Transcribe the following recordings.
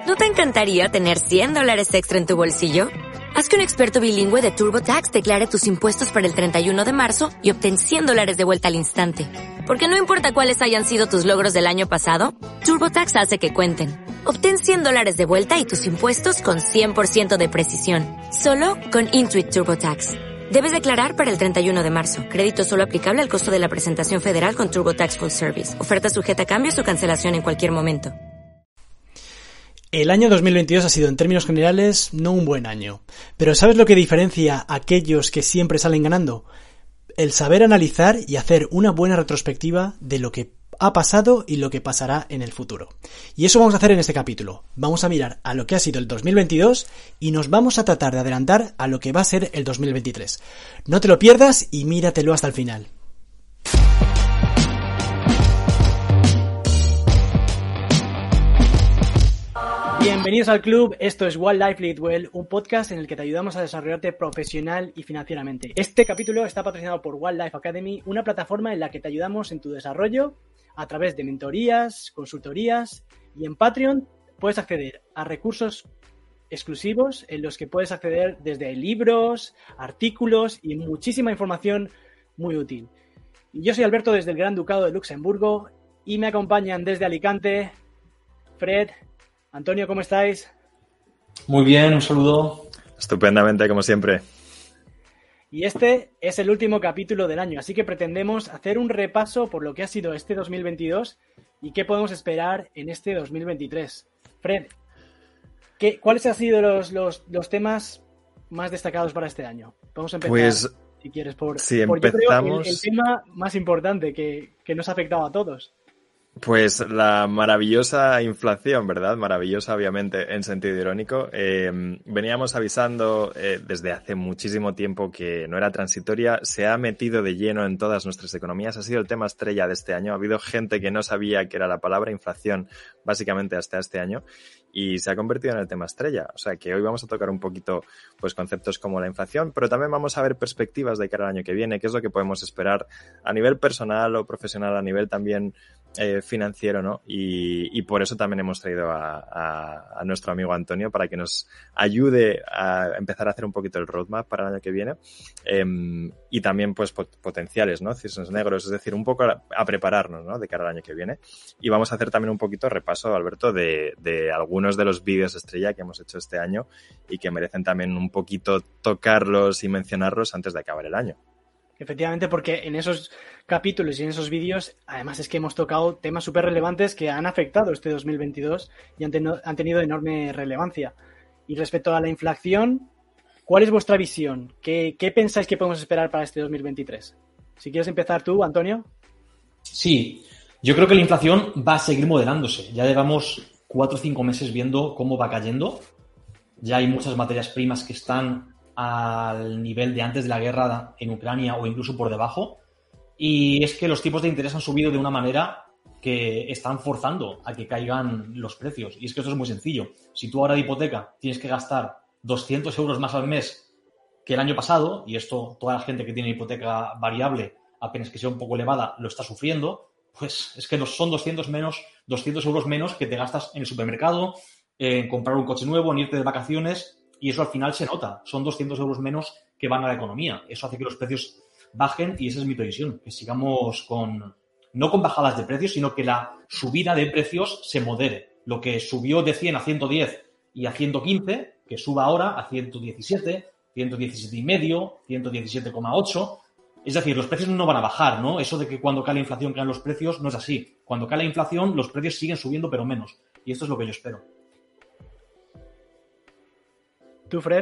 ¿No te encantaría tener $100 extra en tu bolsillo? Haz que un experto bilingüe de TurboTax declare tus impuestos para el 31 de marzo y obtén $100 de vuelta al instante. Porque no importa cuáles hayan sido tus logros del año pasado, TurboTax hace que cuenten. Obtén $100 de vuelta y tus impuestos con 100% de precisión. Solo con Intuit TurboTax. Debes declarar para el 31 de marzo. Crédito solo aplicable al costo de la presentación federal con TurboTax Full Service. Oferta sujeta a cambios o cancelación en cualquier momento. El año 2022 ha sido, en términos generales, no un buen año. Pero ¿sabes lo que diferencia a aquellos que siempre salen ganando? El saber analizar y hacer una buena retrospectiva de lo que ha pasado y lo que pasará en el futuro. Y eso vamos a hacer en este capítulo. Vamos a mirar a lo que ha sido el 2022 y nos vamos a tratar de adelantar a lo que va a ser el 2023. No te lo pierdas y míratelo hasta el final. Bienvenidos al club, esto es One Life Lead Well, un podcast en el que te ayudamos a desarrollarte profesional y financieramente. Este capítulo está patrocinado por One Life Academy, una plataforma en la que te ayudamos en tu desarrollo a través de mentorías, consultorías, y en Patreon puedes acceder a recursos exclusivos en los que puedes acceder desde libros, artículos y muchísima información muy útil. Yo soy Alberto desde el Gran Ducado de Luxemburgo y me acompañan desde Alicante Fred, Antonio, ¿cómo estáis? Muy bien, un saludo. Estupendamente, como siempre. Y este es el último capítulo del año, así que pretendemos hacer un repaso por lo que ha sido este 2022 y qué podemos esperar en este 2023. Fred, ¿cuáles han sido los temas más destacados para este año? Vamos a empezar, pues, si quieres, por empezamos... yo creo el tema más importante que nos ha afectado a todos. Pues la maravillosa inflación, ¿verdad? Maravillosa, obviamente, en sentido irónico. Veníamos avisando desde hace muchísimo tiempo que no era transitoria. Se ha metido de lleno en todas nuestras economías. Ha sido el tema estrella de este año. Ha habido gente que no sabía que era la palabra inflación, básicamente hasta este año. Y se ha convertido en el tema estrella. O sea que hoy vamos a tocar un poquito pues conceptos como la inflación, pero también vamos a ver perspectivas de cara al año que viene, qué es lo que podemos esperar a nivel personal o profesional, a nivel también financiero, ¿no? Y por eso también hemos traído a nuestro amigo Antonio para que nos ayude a empezar a hacer un poquito el roadmap para el año que viene y también pues potenciales, ¿no? Cisnes negros, es decir, un poco a prepararnos, ¿no? De cara al año que viene. Y vamos a hacer también un poquito repaso, Alberto, de algunos de los vídeos estrella que hemos hecho este año y que merecen también un poquito tocarlos y mencionarlos antes de acabar el año. Efectivamente, porque en esos capítulos y en esos vídeos, además es que hemos tocado temas súper relevantes que han afectado este 2022 y han tenido enorme relevancia. Y respecto a la inflación, ¿cuál es vuestra visión? ¿Qué pensáis que podemos esperar para este 2023? Si quieres empezar tú, Antonio. Sí, yo creo que la inflación va a seguir moderándose. Ya llevamos 4 o 5 meses viendo cómo va cayendo. Ya hay muchas materias primas que están al nivel de antes de la guerra en Ucrania o incluso por debajo. Y es que los tipos de interés han subido de una manera que están forzando a que caigan los precios. Y es que esto es muy sencillo. Si tú ahora de hipoteca tienes que gastar 200 euros más al mes que el año pasado, y esto toda la gente que tiene hipoteca variable, apenas que sea un poco elevada, lo está sufriendo, pues es que son 200 euros menos que te gastas en el supermercado, en comprar un coche nuevo, en irte de vacaciones. Y eso al final se nota. Son 200 euros menos que van a la economía. Eso hace que los precios bajen y esa es mi previsión. Que sigamos no con bajadas de precios, sino que la subida de precios se modere. Lo que subió de 100 a 110 y a 115, que suba ahora a 117, 117,5, 117,8. Es decir, los precios no van a bajar, ¿no? Eso de que cuando cae la inflación caen los precios no es así. Cuando cae la inflación los precios siguen subiendo pero menos. Y esto es lo que yo espero. ¿Tú, Fred?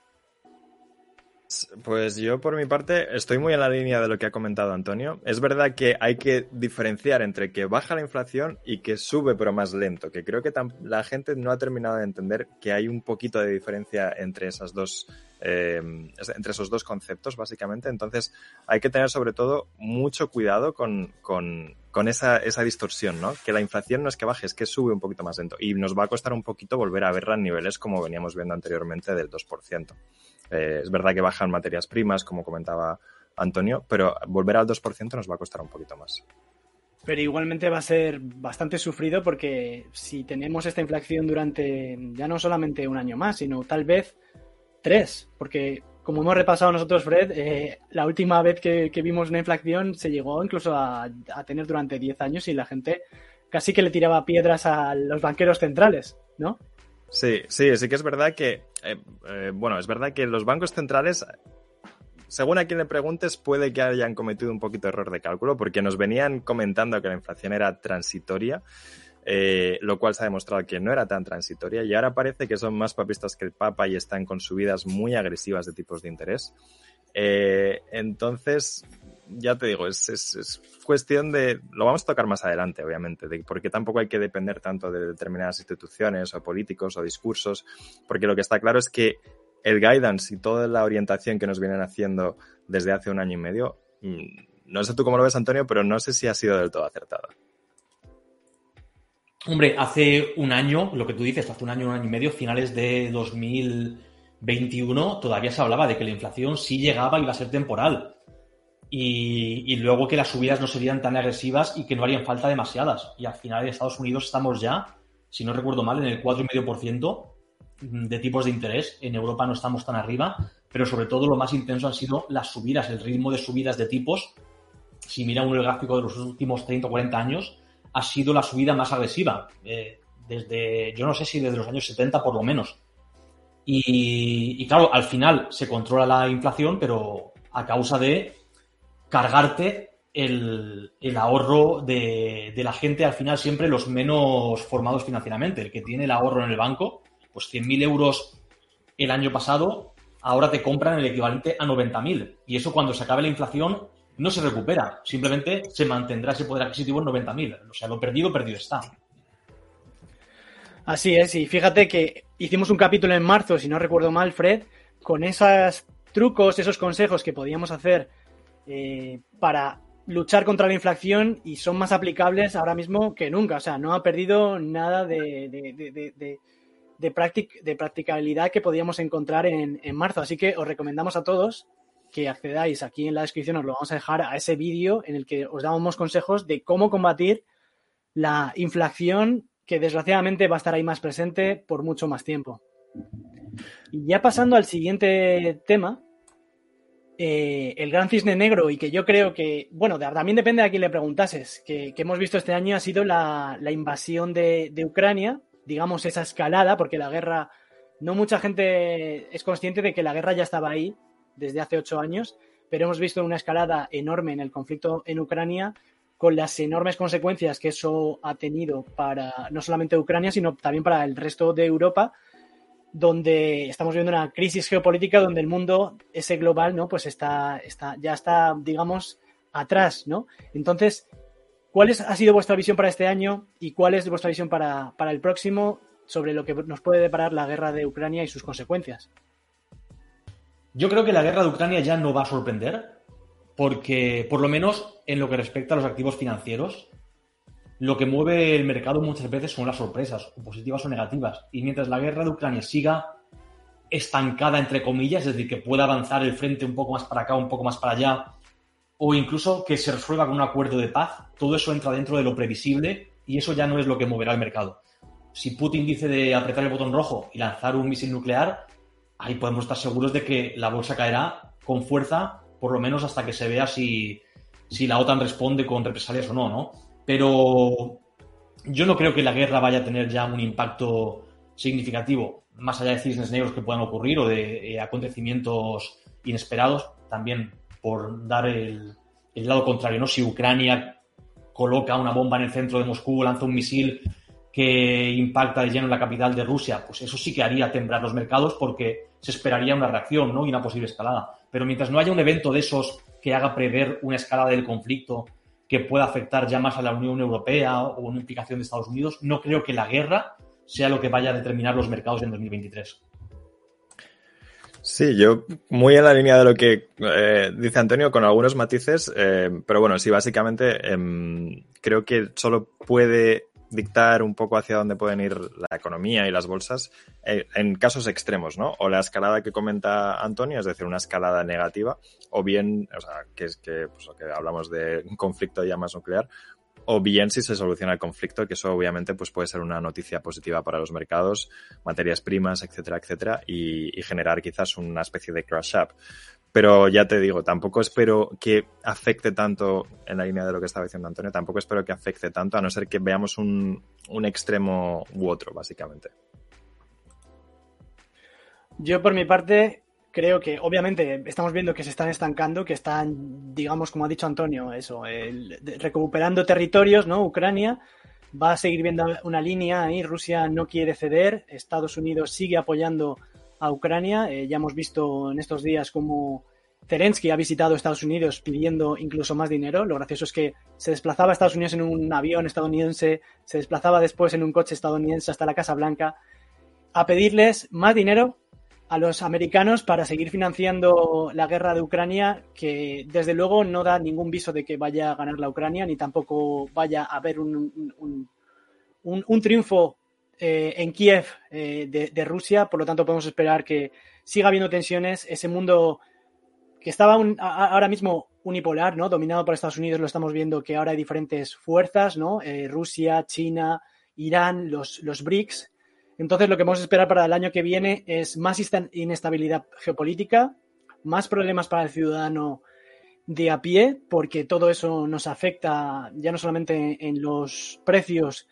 Pues yo, por mi parte, estoy muy en la línea de lo que ha comentado Antonio. Es verdad que hay que diferenciar entre que baja la inflación y que sube pero más lento, que creo que la gente no ha terminado de entender que hay un poquito de diferencia entre esos dos conceptos, básicamente. Entonces, hay que tener sobre todo mucho cuidado con esa distorsión, ¿no? Que la inflación no es que baje, es que sube un poquito más lento y nos va a costar un poquito volver a verla en niveles como veníamos viendo anteriormente del 2%. Es verdad que bajan materias primas, como comentaba Antonio, pero volver al 2% nos va a costar un poquito más. Pero igualmente va a ser bastante sufrido porque si tenemos esta inflación durante ya no solamente un año más, sino tal vez 3, porque como hemos repasado nosotros, Fred, la última vez que vimos una inflación se llegó incluso a tener durante 10 años y la gente casi que le tiraba piedras a los banqueros centrales, ¿no? Sí que es verdad que, es verdad que los bancos centrales, según a quien le preguntes, puede que hayan cometido un poquito de error de cálculo, porque nos venían comentando que la inflación era transitoria, lo cual se ha demostrado que no era tan transitoria, y ahora parece que son más papistas que el Papa y están con subidas muy agresivas de tipos de interés. Entonces, ya te digo, es cuestión de... Lo vamos a tocar más adelante, obviamente, porque tampoco hay que depender tanto de determinadas instituciones o políticos o discursos, porque lo que está claro es que el guidance y toda la orientación que nos vienen haciendo desde hace un año y medio, no sé tú cómo lo ves, Antonio, pero no sé si ha sido del todo acertada. Hombre, hace un año, lo que tú dices, hace un año y medio, finales de 2021, todavía se hablaba de que la inflación sí llegaba y iba a ser temporal. Y luego que las subidas no serían tan agresivas y que no harían falta demasiadas. Y al final en Estados Unidos estamos ya, si no recuerdo mal, en el 4,5% de tipos de interés. En Europa no estamos tan arriba, pero sobre todo lo más intenso han sido las subidas, el ritmo de subidas de tipos. Si mira uno el gráfico de los últimos 30 o 40 años, ha sido la subida más agresiva. Yo no sé si desde los años 70 por lo menos. Y claro, al final se controla la inflación, pero a causa de cargarte el ahorro de la gente, al final siempre los menos formados financieramente. El que tiene el ahorro en el banco, pues 100.000 euros el año pasado, ahora te compran el equivalente a 90.000. Y eso cuando se acabe la inflación no se recupera. Simplemente se mantendrá ese poder adquisitivo en 90.000. O sea, lo perdido está. Así es, y fíjate que hicimos un capítulo en marzo, si no recuerdo mal, Fred, con esos trucos, esos consejos que podíamos hacer para luchar contra la inflación y son más aplicables ahora mismo que nunca. O sea, no ha perdido nada de practicabilidad que podíamos encontrar en marzo. Así que os recomendamos a todos que accedáis aquí en la descripción, os lo vamos a dejar a ese vídeo en el que os dábamos consejos de cómo combatir la inflación que desgraciadamente va a estar ahí más presente por mucho más tiempo. Y ya pasando al siguiente tema, el gran cisne negro, y que yo creo que, bueno, también depende de a quién le preguntases, que hemos visto este año ha sido la invasión de Ucrania, digamos esa escalada, porque la guerra, no mucha gente es consciente de que la guerra ya estaba ahí desde hace 8 años, pero hemos visto una escalada enorme en el conflicto en Ucrania, con las enormes consecuencias que eso ha tenido para no solamente Ucrania, sino también para el resto de Europa, donde estamos viendo una crisis geopolítica donde el mundo, ese global, ¿no? Pues ya está, digamos, atrás, ¿no? Entonces, ¿cuál ha sido vuestra visión para este año y cuál es vuestra visión para el próximo sobre lo que nos puede deparar la guerra de Ucrania y sus consecuencias? Yo creo que la guerra de Ucrania ya no va a sorprender, porque, por lo menos en lo que respecta a los activos financieros, lo que mueve el mercado muchas veces son las sorpresas, o positivas o negativas. Y mientras la guerra de Ucrania siga estancada, entre comillas, es decir, que pueda avanzar el frente un poco más para acá, un poco más para allá, o incluso que se resuelva con un acuerdo de paz, todo eso entra dentro de lo previsible y eso ya no es lo que moverá el mercado. Si Putin dice de apretar el botón rojo y lanzar un misil nuclear, ahí podemos estar seguros de que la bolsa caerá con fuerza, por lo menos hasta que se vea si la OTAN responde con represalias o no, ¿no? Pero yo no creo que la guerra vaya a tener ya un impacto significativo, más allá de cisnes negros que puedan ocurrir o de acontecimientos inesperados, también por dar el lado contrario, ¿no? Si Ucrania coloca una bomba en el centro de Moscú, lanza un misil que impacta de lleno en la capital de Rusia, pues eso sí que haría temblar los mercados porque se esperaría una reacción, ¿no? Y una posible escalada. Pero mientras no haya un evento de esos que haga prever una escalada del conflicto que pueda afectar ya más a la Unión Europea o una implicación de Estados Unidos, no creo que la guerra sea lo que vaya a determinar los mercados en 2023. Sí, yo muy en la línea de lo que dice Antonio, con algunos matices, pero bueno, sí, básicamente creo que solo puede dictar un poco hacia dónde pueden ir la economía y las bolsas en casos extremos, ¿no? O la escalada que comenta Antonio, es decir, una escalada negativa, o bien, o sea, que es que, pues, que hablamos de un conflicto ya más nuclear, o bien si se soluciona el conflicto, que eso obviamente pues puede ser una noticia positiva para los mercados, materias primas, etcétera, etcétera, y generar quizás una especie de crash up. Pero ya te digo, tampoco espero que afecte tanto, en la línea de lo que estaba diciendo Antonio, tampoco espero que afecte tanto, a no ser que veamos un extremo u otro, básicamente. Yo, por mi parte, creo que obviamente estamos viendo que se están estancando, que están, digamos, como ha dicho Antonio, recuperando territorios, ¿no? Ucrania va a seguir viendo una línea ahí, Rusia no quiere ceder, Estados Unidos sigue apoyando a Ucrania. Ya hemos visto en estos días cómo Zelensky ha visitado Estados Unidos pidiendo incluso más dinero. Lo gracioso es que se desplazaba a Estados Unidos en un avión estadounidense, se desplazaba después en un coche estadounidense hasta la Casa Blanca a pedirles más dinero a los americanos para seguir financiando la guerra de Ucrania, que desde luego no da ningún viso de que vaya a ganar la Ucrania, ni tampoco vaya a haber un triunfo en Kiev de Rusia. Por lo tanto, podemos esperar que siga habiendo tensiones. Ese mundo que estaba ahora mismo unipolar, ¿no? Dominado por Estados Unidos, lo estamos viendo que ahora hay diferentes fuerzas, ¿no? Rusia, China, Irán, los BRICS. Entonces, lo que vamos a esperar para el año que viene es más inestabilidad geopolítica, más problemas para el ciudadano de a pie, porque todo eso nos afecta ya no solamente en los precios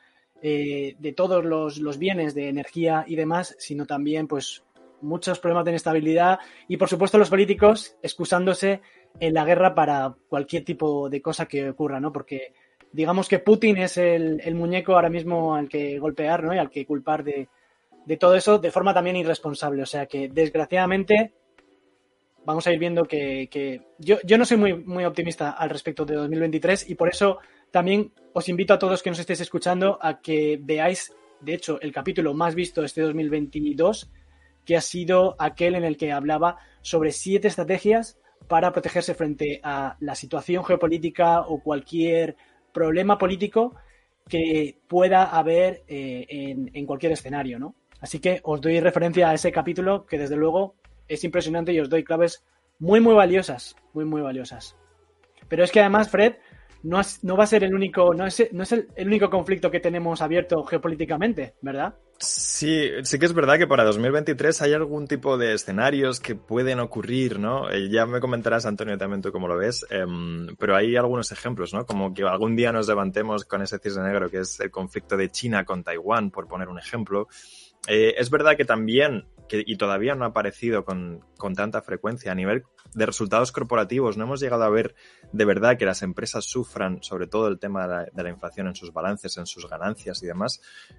de todos los bienes de energía y demás, sino también pues muchos problemas de inestabilidad y por supuesto los políticos excusándose en la guerra para cualquier tipo de cosa que ocurra, ¿no? Porque digamos que Putin es el muñeco ahora mismo al que golpear, ¿no? Y al que culpar de todo eso de forma también irresponsable. O sea que desgraciadamente vamos a ir viendo que yo no soy muy optimista al respecto de 2023 y por eso también os invito a todos que nos estéis escuchando a que veáis, de hecho, el capítulo más visto este 2022, que ha sido aquel en el que hablaba sobre 7 estrategias para protegerse frente a la situación geopolítica o cualquier problema político que pueda haber en cualquier escenario, ¿no? Así que os doy referencia a ese capítulo que desde luego es impresionante y os doy claves muy valiosas, muy valiosas. Pero es que además, Fred, no va a ser el único, no es el único conflicto que tenemos abierto geopolíticamente, ¿verdad? Sí que es verdad que para 2023 hay algún tipo de escenarios que pueden ocurrir, ¿no? Ya me comentarás, Antonio, también tú cómo lo ves, pero hay algunos ejemplos, ¿no? Como que algún día nos levantemos con ese cisne negro que es el conflicto de China con Taiwán, por poner un ejemplo. Es verdad que también, y todavía no ha aparecido con tanta frecuencia a nivel de resultados corporativos, no hemos llegado a ver de verdad que las empresas sufran sobre todo el tema de la inflación en sus balances, en sus ganancias y demás.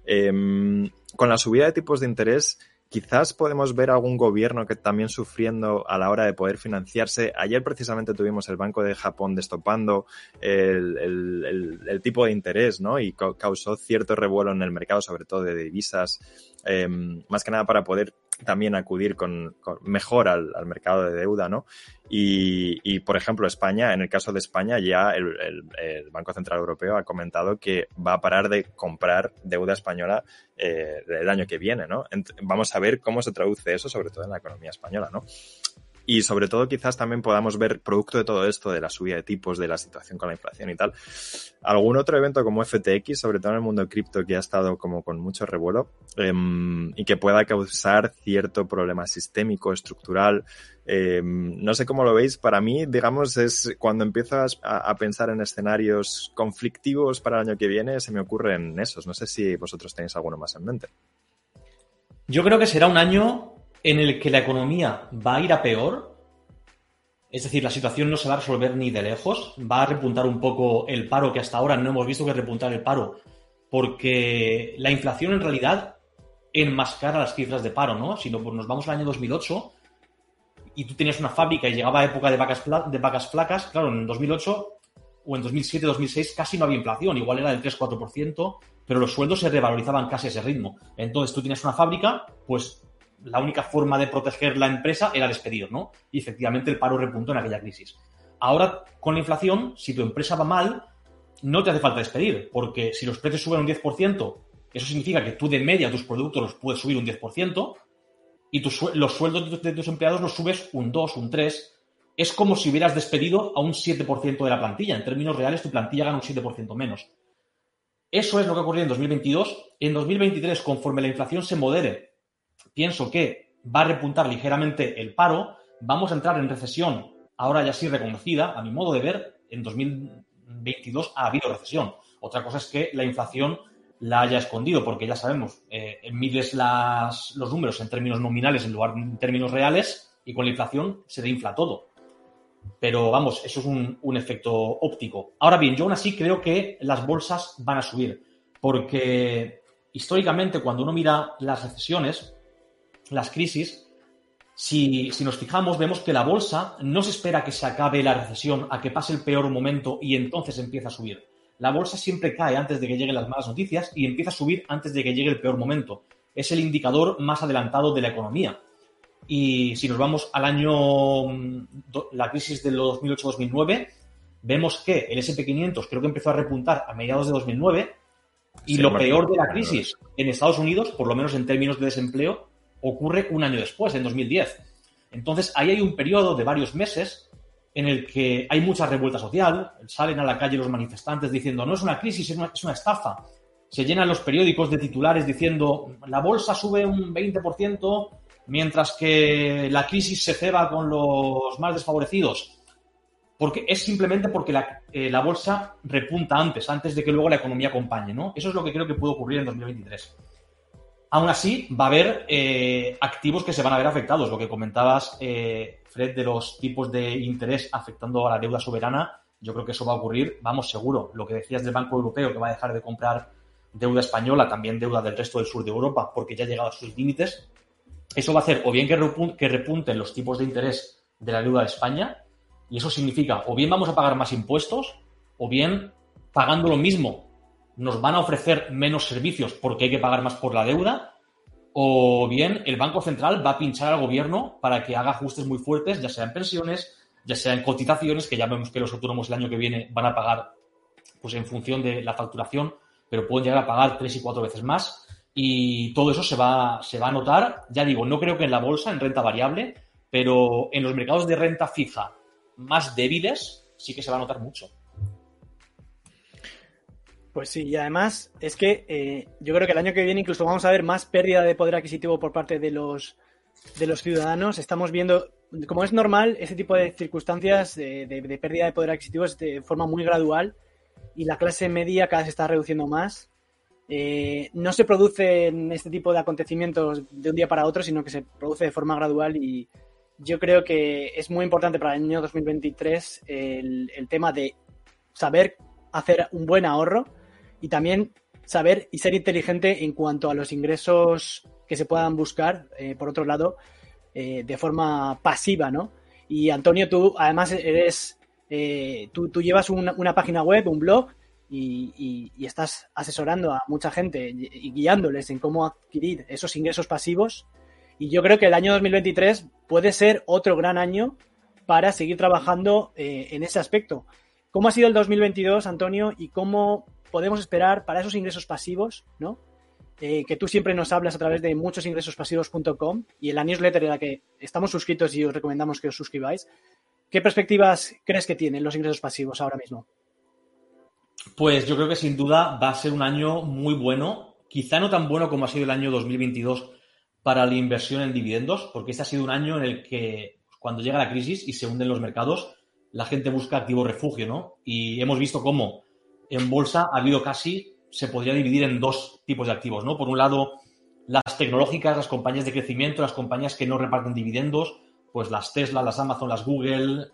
Con la subida de tipos de interés, quizás podemos ver algún gobierno que también sufriendo a la hora de poder financiarse. Ayer precisamente tuvimos el Banco de Japón destopando el tipo de interés, ¿no? Y causó cierto revuelo en el mercado, sobre todo de divisas, más que nada para poder también acudir con mejor al mercado de deuda, ¿no? Y por ejemplo, España, en el caso de España, ya el Banco Central Europeo ha comentado que va a parar de comprar deuda española el año que viene, ¿no? Vamos a ver cómo se traduce eso, sobre todo en la economía española, ¿no? Y sobre todo quizás también podamos ver, producto de todo esto, de la subida de tipos, de la situación con la inflación y tal, algún otro evento como FTX, sobre todo en el mundo cripto, que ha estado como con mucho revuelo y que pueda causar cierto problema sistémico, estructural. No sé cómo lo veis. Para mí, digamos, es cuando empiezas a pensar en escenarios conflictivos para el año que viene, se me ocurren esos. No sé si vosotros tenéis alguno más en mente. Yo creo que será un año en el que la economía va a ir a peor, es decir, la situación no se va a resolver ni de lejos, va a repuntar un poco el paro, que hasta ahora no hemos visto que repuntar el paro, porque la inflación en realidad enmascara las cifras de paro, ¿no? Si nos vamos al año 2008 y tú tenías una fábrica y llegaba época de vacas flacas, claro, en 2008 o en 2007, 2006 casi no había inflación, igual era del 3-4%, pero los sueldos se revalorizaban casi a ese ritmo. Entonces tú tienes una fábrica, pues la única forma de proteger la empresa era despedir, ¿no? Y efectivamente el paro repuntó en aquella crisis. Ahora, con la inflación, si tu empresa va mal, no te hace falta despedir, porque si los precios suben un 10%, eso significa que tú de media tus productos los puedes subir un 10% y los sueldos de tus empleados los subes un 2, un 3. Es como si hubieras despedido a un 7% de la plantilla. En términos reales, tu plantilla gana un 7% menos. Eso es lo que ha ocurrido en 2022. En 2023, conforme la inflación se modere, pienso que va a repuntar ligeramente el paro. Vamos a entrar en recesión, ahora ya sí reconocida, a mi modo de ver. En 2022 ha habido recesión. Otra cosa es que la inflación la haya escondido, porque ya sabemos, mides los números en términos nominales en lugar de en términos reales, y con la inflación se deinfla todo. Pero vamos, eso es un efecto óptico. Ahora bien, yo aún así creo que las bolsas van a subir, porque históricamente cuando uno mira las recesiones, las crisis, si nos fijamos, vemos que la bolsa no se espera que se acabe la recesión, a que pase el peor momento y entonces empieza a subir. La bolsa siempre cae antes de que lleguen las malas noticias y empieza a subir antes de que llegue el peor momento. Es el indicador más adelantado de la economía. Y si nos vamos al año, la crisis de los 2008-2009, vemos que el S&P 500 creo que empezó a repuntar a mediados de 2009 y lo peor de la crisis en Estados Unidos, por lo menos en términos de desempleo, ocurre un año después, en 2010. Entonces, ahí hay un periodo de varios meses en el que hay mucha revuelta social, salen a la calle los manifestantes diciendo no es una crisis, es una estafa. Se llenan los periódicos de titulares diciendo la bolsa sube un 20%, mientras que la crisis se ceba con los más desfavorecidos. Porque es simplemente porque la bolsa repunta antes de que luego la economía acompañe, ¿no? Eso es lo que creo que puede ocurrir en 2023. Aún así, va a haber activos que se van a ver afectados. Lo que comentabas, Fred, de los tipos de interés afectando a la deuda soberana, yo creo que eso va a ocurrir, vamos, seguro. Lo que decías del Banco Europeo, que va a dejar de comprar deuda española, también deuda del resto del sur de Europa, porque ya ha llegado a sus límites. Eso va a hacer o bien que repunten los tipos de interés de la deuda de España, y eso significa o bien vamos a pagar más impuestos, o bien, pagando lo mismo, nos van a ofrecer menos servicios porque hay que pagar más por la deuda, o bien el Banco Central va a pinchar al gobierno para que haga ajustes muy fuertes, ya sea en pensiones, ya sea en cotizaciones, que ya vemos que los autónomos el año que viene van a pagar pues en función de la facturación, pero pueden llegar a pagar 3 y 4 veces más, y todo eso se va a notar. Ya digo, no creo que en la bolsa, en renta variable, pero en los mercados de renta fija más débiles sí que se va a notar mucho. Pues sí, y además es que yo creo que el año que viene incluso vamos a ver más pérdida de poder adquisitivo por parte de los ciudadanos. Estamos viendo, como es normal, ese tipo de circunstancias de pérdida de poder adquisitivo es de forma muy gradual, y la clase media cada vez se está reduciendo más. No se producen este tipo de acontecimientos de un día para otro, sino que se produce de forma gradual, y yo creo que es muy importante para el año 2023 el tema de saber hacer un buen ahorro y también saber y ser inteligente en cuanto a los ingresos que se puedan buscar, por otro lado, de forma pasiva, ¿no? Y Antonio, tú además eres, tú llevas una página web, un blog, y estás asesorando a mucha gente y guiándoles en cómo adquirir esos ingresos pasivos. Y yo creo que el año 2023 puede ser otro gran año para seguir trabajando en ese aspecto. ¿Cómo ha sido el 2022, Antonio, y cómo podemos esperar para esos ingresos pasivos, ¿no? Que tú siempre nos hablas a través de muchosingresospasivos.com y en la newsletter en la que estamos suscritos y os recomendamos que os suscribáis? ¿Qué perspectivas crees que tienen los ingresos pasivos ahora mismo? Pues yo creo que sin duda va a ser un año muy bueno, quizá no tan bueno como ha sido el año 2022 para la inversión en dividendos, porque este ha sido un año en el que cuando llega la crisis y se hunden los mercados, la gente busca activo refugio, ¿no? Y hemos visto cómo en bolsa ha habido se podría dividir en dos tipos de activos, ¿no? Por un lado, las tecnológicas, las compañías de crecimiento, las compañías que no reparten dividendos, pues las Tesla, las Amazon, las Google,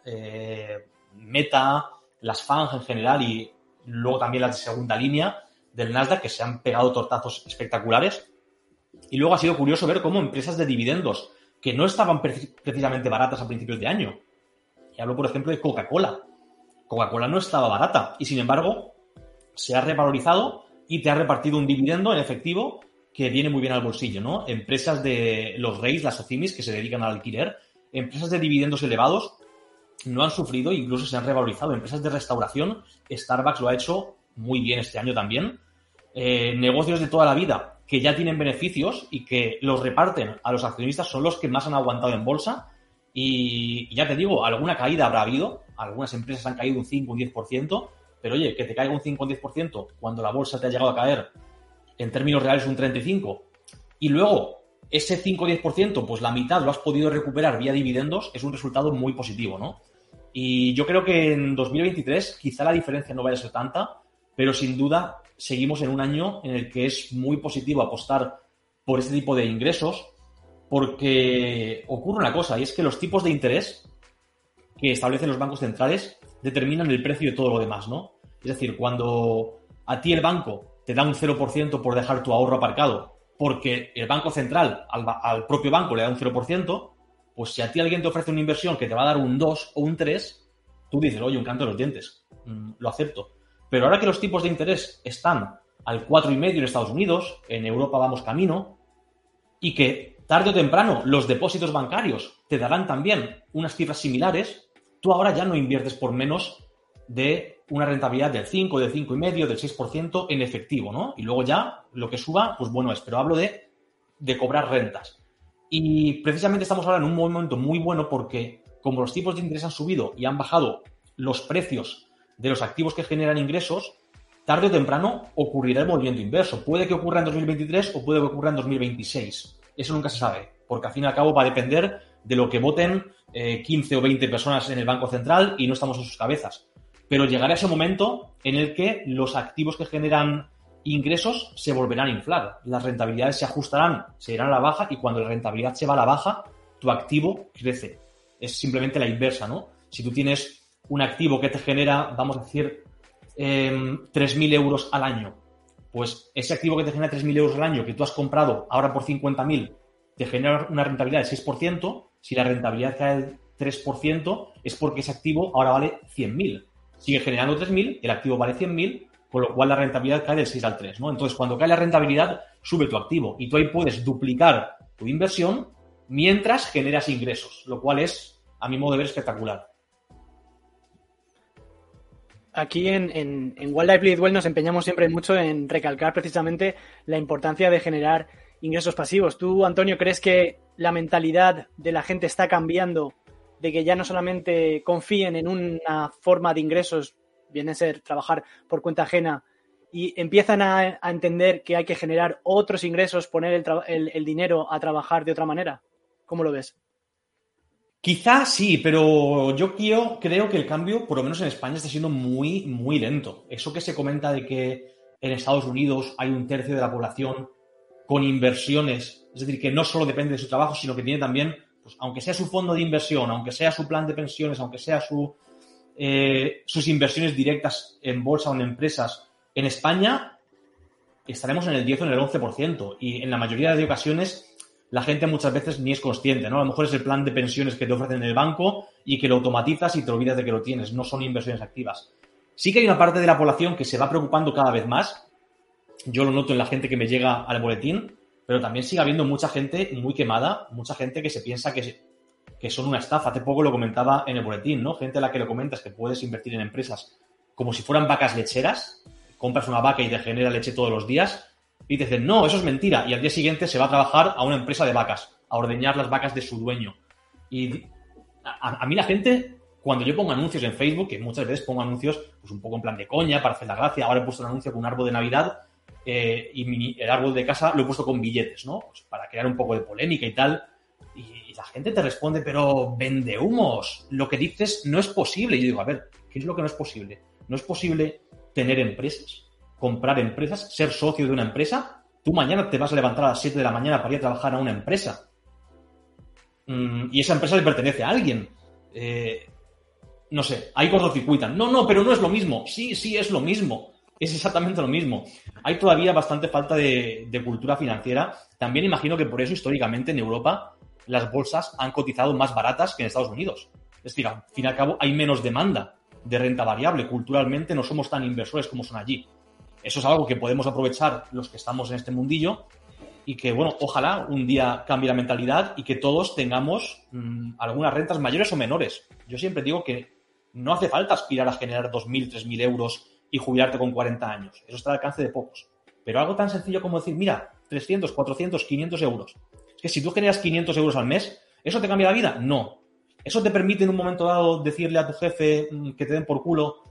Meta, las FANG en general, y luego también las de segunda línea del Nasdaq, que se han pegado tortazos espectaculares. Y luego ha sido curioso ver cómo empresas de dividendos que no estaban precisamente baratas a principios de año. Y hablo, por ejemplo, de Coca-Cola. Coca-Cola no estaba barata y, sin embargo, se ha revalorizado y te ha repartido un dividendo en efectivo que viene muy bien al bolsillo, ¿no? Empresas de los REITs, las OCIMIs, que se dedican al alquiler, empresas de dividendos elevados no han sufrido, incluso se han revalorizado. Empresas de restauración, Starbucks lo ha hecho muy bien este año también. Negocios de toda la vida que ya tienen beneficios y que los reparten a los accionistas son los que más han aguantado en bolsa. Y ya te digo, alguna caída habrá habido. Algunas empresas han caído un 5, un 10%, Pero oye, que te caiga un 5 o un 10% cuando la bolsa te ha llegado a caer en términos reales un 35%, y luego ese 5 o 10%, pues la mitad lo has podido recuperar vía dividendos, es un resultado muy positivo, ¿no? Y yo creo que en 2023 quizá la diferencia no vaya a ser tanta, pero sin duda seguimos en un año en el que es muy positivo apostar por este tipo de ingresos, porque ocurre una cosa, y es que los tipos de interés que establecen los bancos centrales determinan el precio de todo lo demás, ¿no? Es decir, cuando a ti el banco te da un 0% por dejar tu ahorro aparcado, porque el Banco Central al propio banco le da un 0%, pues si a ti alguien te ofrece una inversión que te va a dar un 2 o un 3, tú dices, oye, un canto de los dientes, lo acepto. Pero ahora que los tipos de interés están al 4,5 en Estados Unidos, en Europa vamos camino, y que tarde o temprano los depósitos bancarios te darán también unas cifras similares, tú ahora ya no inviertes por menos de una rentabilidad del 5, del 5,5, del 6% en efectivo, ¿no? Y luego ya lo que suba, pues bueno es, pero hablo de cobrar rentas. Y precisamente estamos ahora en un momento muy bueno porque como los tipos de interés han subido y han bajado los precios de los activos que generan ingresos, tarde o temprano ocurrirá el movimiento inverso. Puede que ocurra en 2023 o puede que ocurra en 2026. Eso nunca se sabe, porque al fin y al cabo va a depender de lo que voten 15 o 20 personas en el Banco Central y no estamos en sus cabezas. Pero llegará ese momento en el que los activos que generan ingresos se volverán a inflar. Las rentabilidades se ajustarán, se irán a la baja y cuando la rentabilidad se va a la baja, tu activo crece. Es simplemente la inversa, ¿no? Si tú tienes un activo que te genera, vamos a decir, 3.000 euros al año, pues ese activo que te genera 3.000 euros al año que tú has comprado ahora por 50.000 te genera una rentabilidad del 6%, si la rentabilidad cae del 3% es porque ese activo ahora vale 100.000. Sigue generando 3.000, el activo vale 100.000, con lo cual la rentabilidad cae del 6 al 3, ¿no? Entonces, cuando cae la rentabilidad, sube tu activo y tú ahí puedes duplicar tu inversión mientras generas ingresos, lo cual es, a mi modo de ver, espectacular. Aquí en Wildlife Lead Well nos empeñamos siempre mucho en recalcar precisamente la importancia de generar ingresos pasivos. ¿Tú, Antonio, crees que la mentalidad de la gente está cambiando, de que ya no solamente confíen en una forma de ingresos, viene a ser trabajar por cuenta ajena, y empiezan a entender que hay que generar otros ingresos, poner el dinero a trabajar de otra manera? ¿Cómo lo ves? Quizás sí, pero yo creo que el cambio, por lo menos en España, está siendo muy, muy lento. Eso que se comenta de que en Estados Unidos hay 1/3 de la población con inversiones, es decir, que no solo depende de su trabajo, sino que tiene también, pues, aunque sea su fondo de inversión, aunque sea su plan de pensiones, aunque sea sus inversiones directas en bolsa o en empresas, en España estaremos en el 10 o en el 11%. Y en la mayoría de ocasiones la gente muchas veces ni es consciente, ¿no? A lo mejor es el plan de pensiones que te ofrecen en el banco y que lo automatizas y te olvidas de que lo tienes. No son inversiones activas. Sí que hay una parte de la población que se va preocupando cada vez más. Yo lo noto en la gente que me llega al boletín, pero también sigue habiendo mucha gente muy quemada, mucha gente que se piensa que son una estafa. Hace poco lo comentaba en el boletín, ¿no? Gente a la que le comentas que puedes invertir en empresas como si fueran vacas lecheras. Compras una vaca y te genera leche todos los días. Y te dicen, no, eso es mentira. Y al día siguiente se va a trabajar a una empresa de vacas, a ordeñar las vacas de su dueño. Y a mí la gente, cuando yo pongo anuncios en Facebook, que muchas veces pongo anuncios pues un poco en plan de coña, para hacer la gracia. Ahora he puesto un anuncio con un árbol de Navidad y el árbol de casa lo he puesto con billetes, ¿no? Pues para crear un poco de polémica y tal. Y la gente te responde, pero vende humos. Lo que dices no es posible. Y yo digo, a ver, ¿qué es lo que no es posible? No es posible tener empresas, comprar empresas, ser socio de una empresa. Tú mañana te vas a levantar a las 7 de la mañana para ir a trabajar a una empresa. Y esa empresa le pertenece a alguien. No sé, hay cortocircuitan. No, pero no es lo mismo. Sí, es lo mismo. Es exactamente lo mismo. Hay todavía bastante falta de cultura financiera. También imagino que por eso históricamente en Europa las bolsas han cotizado más baratas que en Estados Unidos. Es decir, al fin y al cabo hay menos demanda de renta variable. Culturalmente no somos tan inversores como son allí. Eso es algo que podemos aprovechar los que estamos en este mundillo y que, bueno, ojalá un día cambie la mentalidad y que todos tengamos algunas rentas mayores o menores. Yo siempre digo que no hace falta aspirar a generar 2.000, 3.000 euros y jubilarte con 40 años. Eso está al alcance de pocos. Pero algo tan sencillo como decir, mira, 300, 400, 500 euros. Es que si tú generas 500 euros al mes, ¿eso te cambia la vida? No. ¿Eso te permite en un momento dado decirle a tu jefe que te den por culo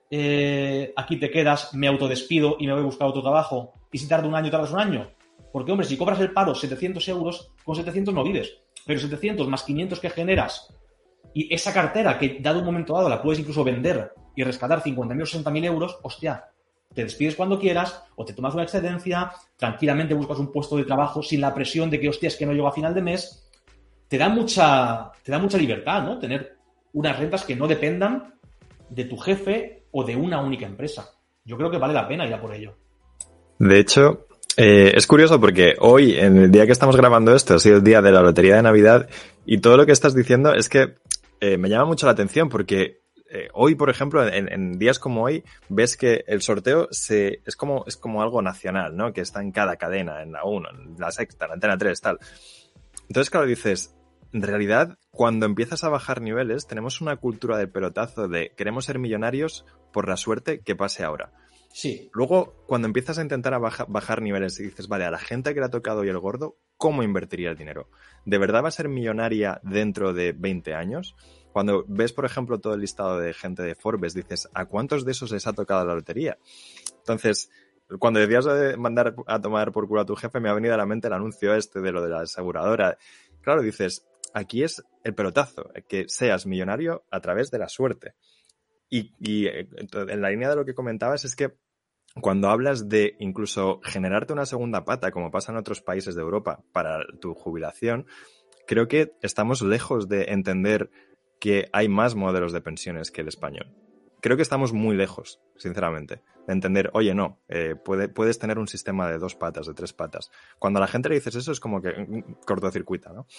aquí te quedas, me autodespido y me voy a buscar otro trabajo. Y si tarda un año, tardas un año. Porque, hombre, si cobras el paro 700 euros, con 700 no vives. Pero 700 más 500 que generas y esa cartera que, dado un momento dado, la puedes incluso vender y rescatar 50.000 o 60.000 euros, hostia, te despides cuando quieras o te tomas una excedencia, tranquilamente buscas un puesto de trabajo sin la presión de que, hostia, es que no llego a final de mes. Te da mucha libertad, ¿no? Tener unas rentas que no dependan de tu jefe o de una única empresa. Yo creo que vale la pena ir a por ello. De hecho, es curioso porque hoy, en el día que estamos grabando esto, ha sido el día de la Lotería de Navidad y todo lo que estás diciendo es que me llama mucho la atención porque hoy, por ejemplo, en días como hoy, ves que el sorteo es como algo nacional, ¿no? Que está en cada cadena, en la 1, en la Sexta, en la Antena 3, tal. Entonces, claro, dices, en realidad, cuando empiezas a bajar niveles, tenemos una cultura del pelotazo de queremos ser millonarios por la suerte que pase ahora. Sí. Luego, cuando empiezas a intentar bajar niveles y dices, vale, a la gente que le ha tocado hoy el gordo, ¿cómo invertiría el dinero? ¿De verdad va a ser millonaria dentro de 20 años? Cuando ves, por ejemplo, todo el listado de gente de Forbes, dices, ¿a cuántos de esos les ha tocado la lotería? Entonces, cuando decías de mandar a tomar por culo a tu jefe, me ha venido a la mente el anuncio de lo de la aseguradora. Claro, dices, aquí es el pelotazo, que seas millonario a través de la suerte. Y en la línea de lo que comentabas es que cuando hablas de incluso generarte una segunda pata, como pasa en otros países de Europa, para tu jubilación, creo que estamos lejos de entender que hay más modelos de pensiones que el español. Creo que estamos muy lejos, sinceramente, de entender, oye, no, puedes tener un sistema de 2 patas, de 3 patas. Cuando a la gente le dices eso es como que cortocircuita, ¿no?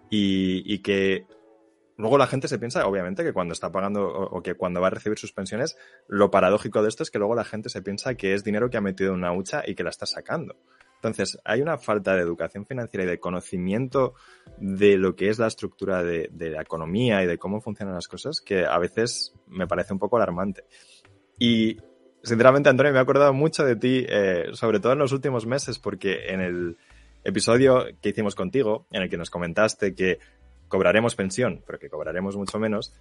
Y que luego la gente se piensa, obviamente, que cuando está pagando o que cuando va a recibir sus pensiones, lo paradójico de esto es que luego la gente se piensa que es dinero que ha metido en una hucha y que la está sacando. Entonces, hay una falta de educación financiera y de conocimiento de lo que es la estructura de la economía y de cómo funcionan las cosas que a veces me parece un poco alarmante. Y, sinceramente, Antonio, me he acordado mucho de ti, sobre todo en los últimos meses, porque en el episodio que hicimos contigo, en el que nos comentaste que cobraremos pensión, pero que cobraremos mucho menos,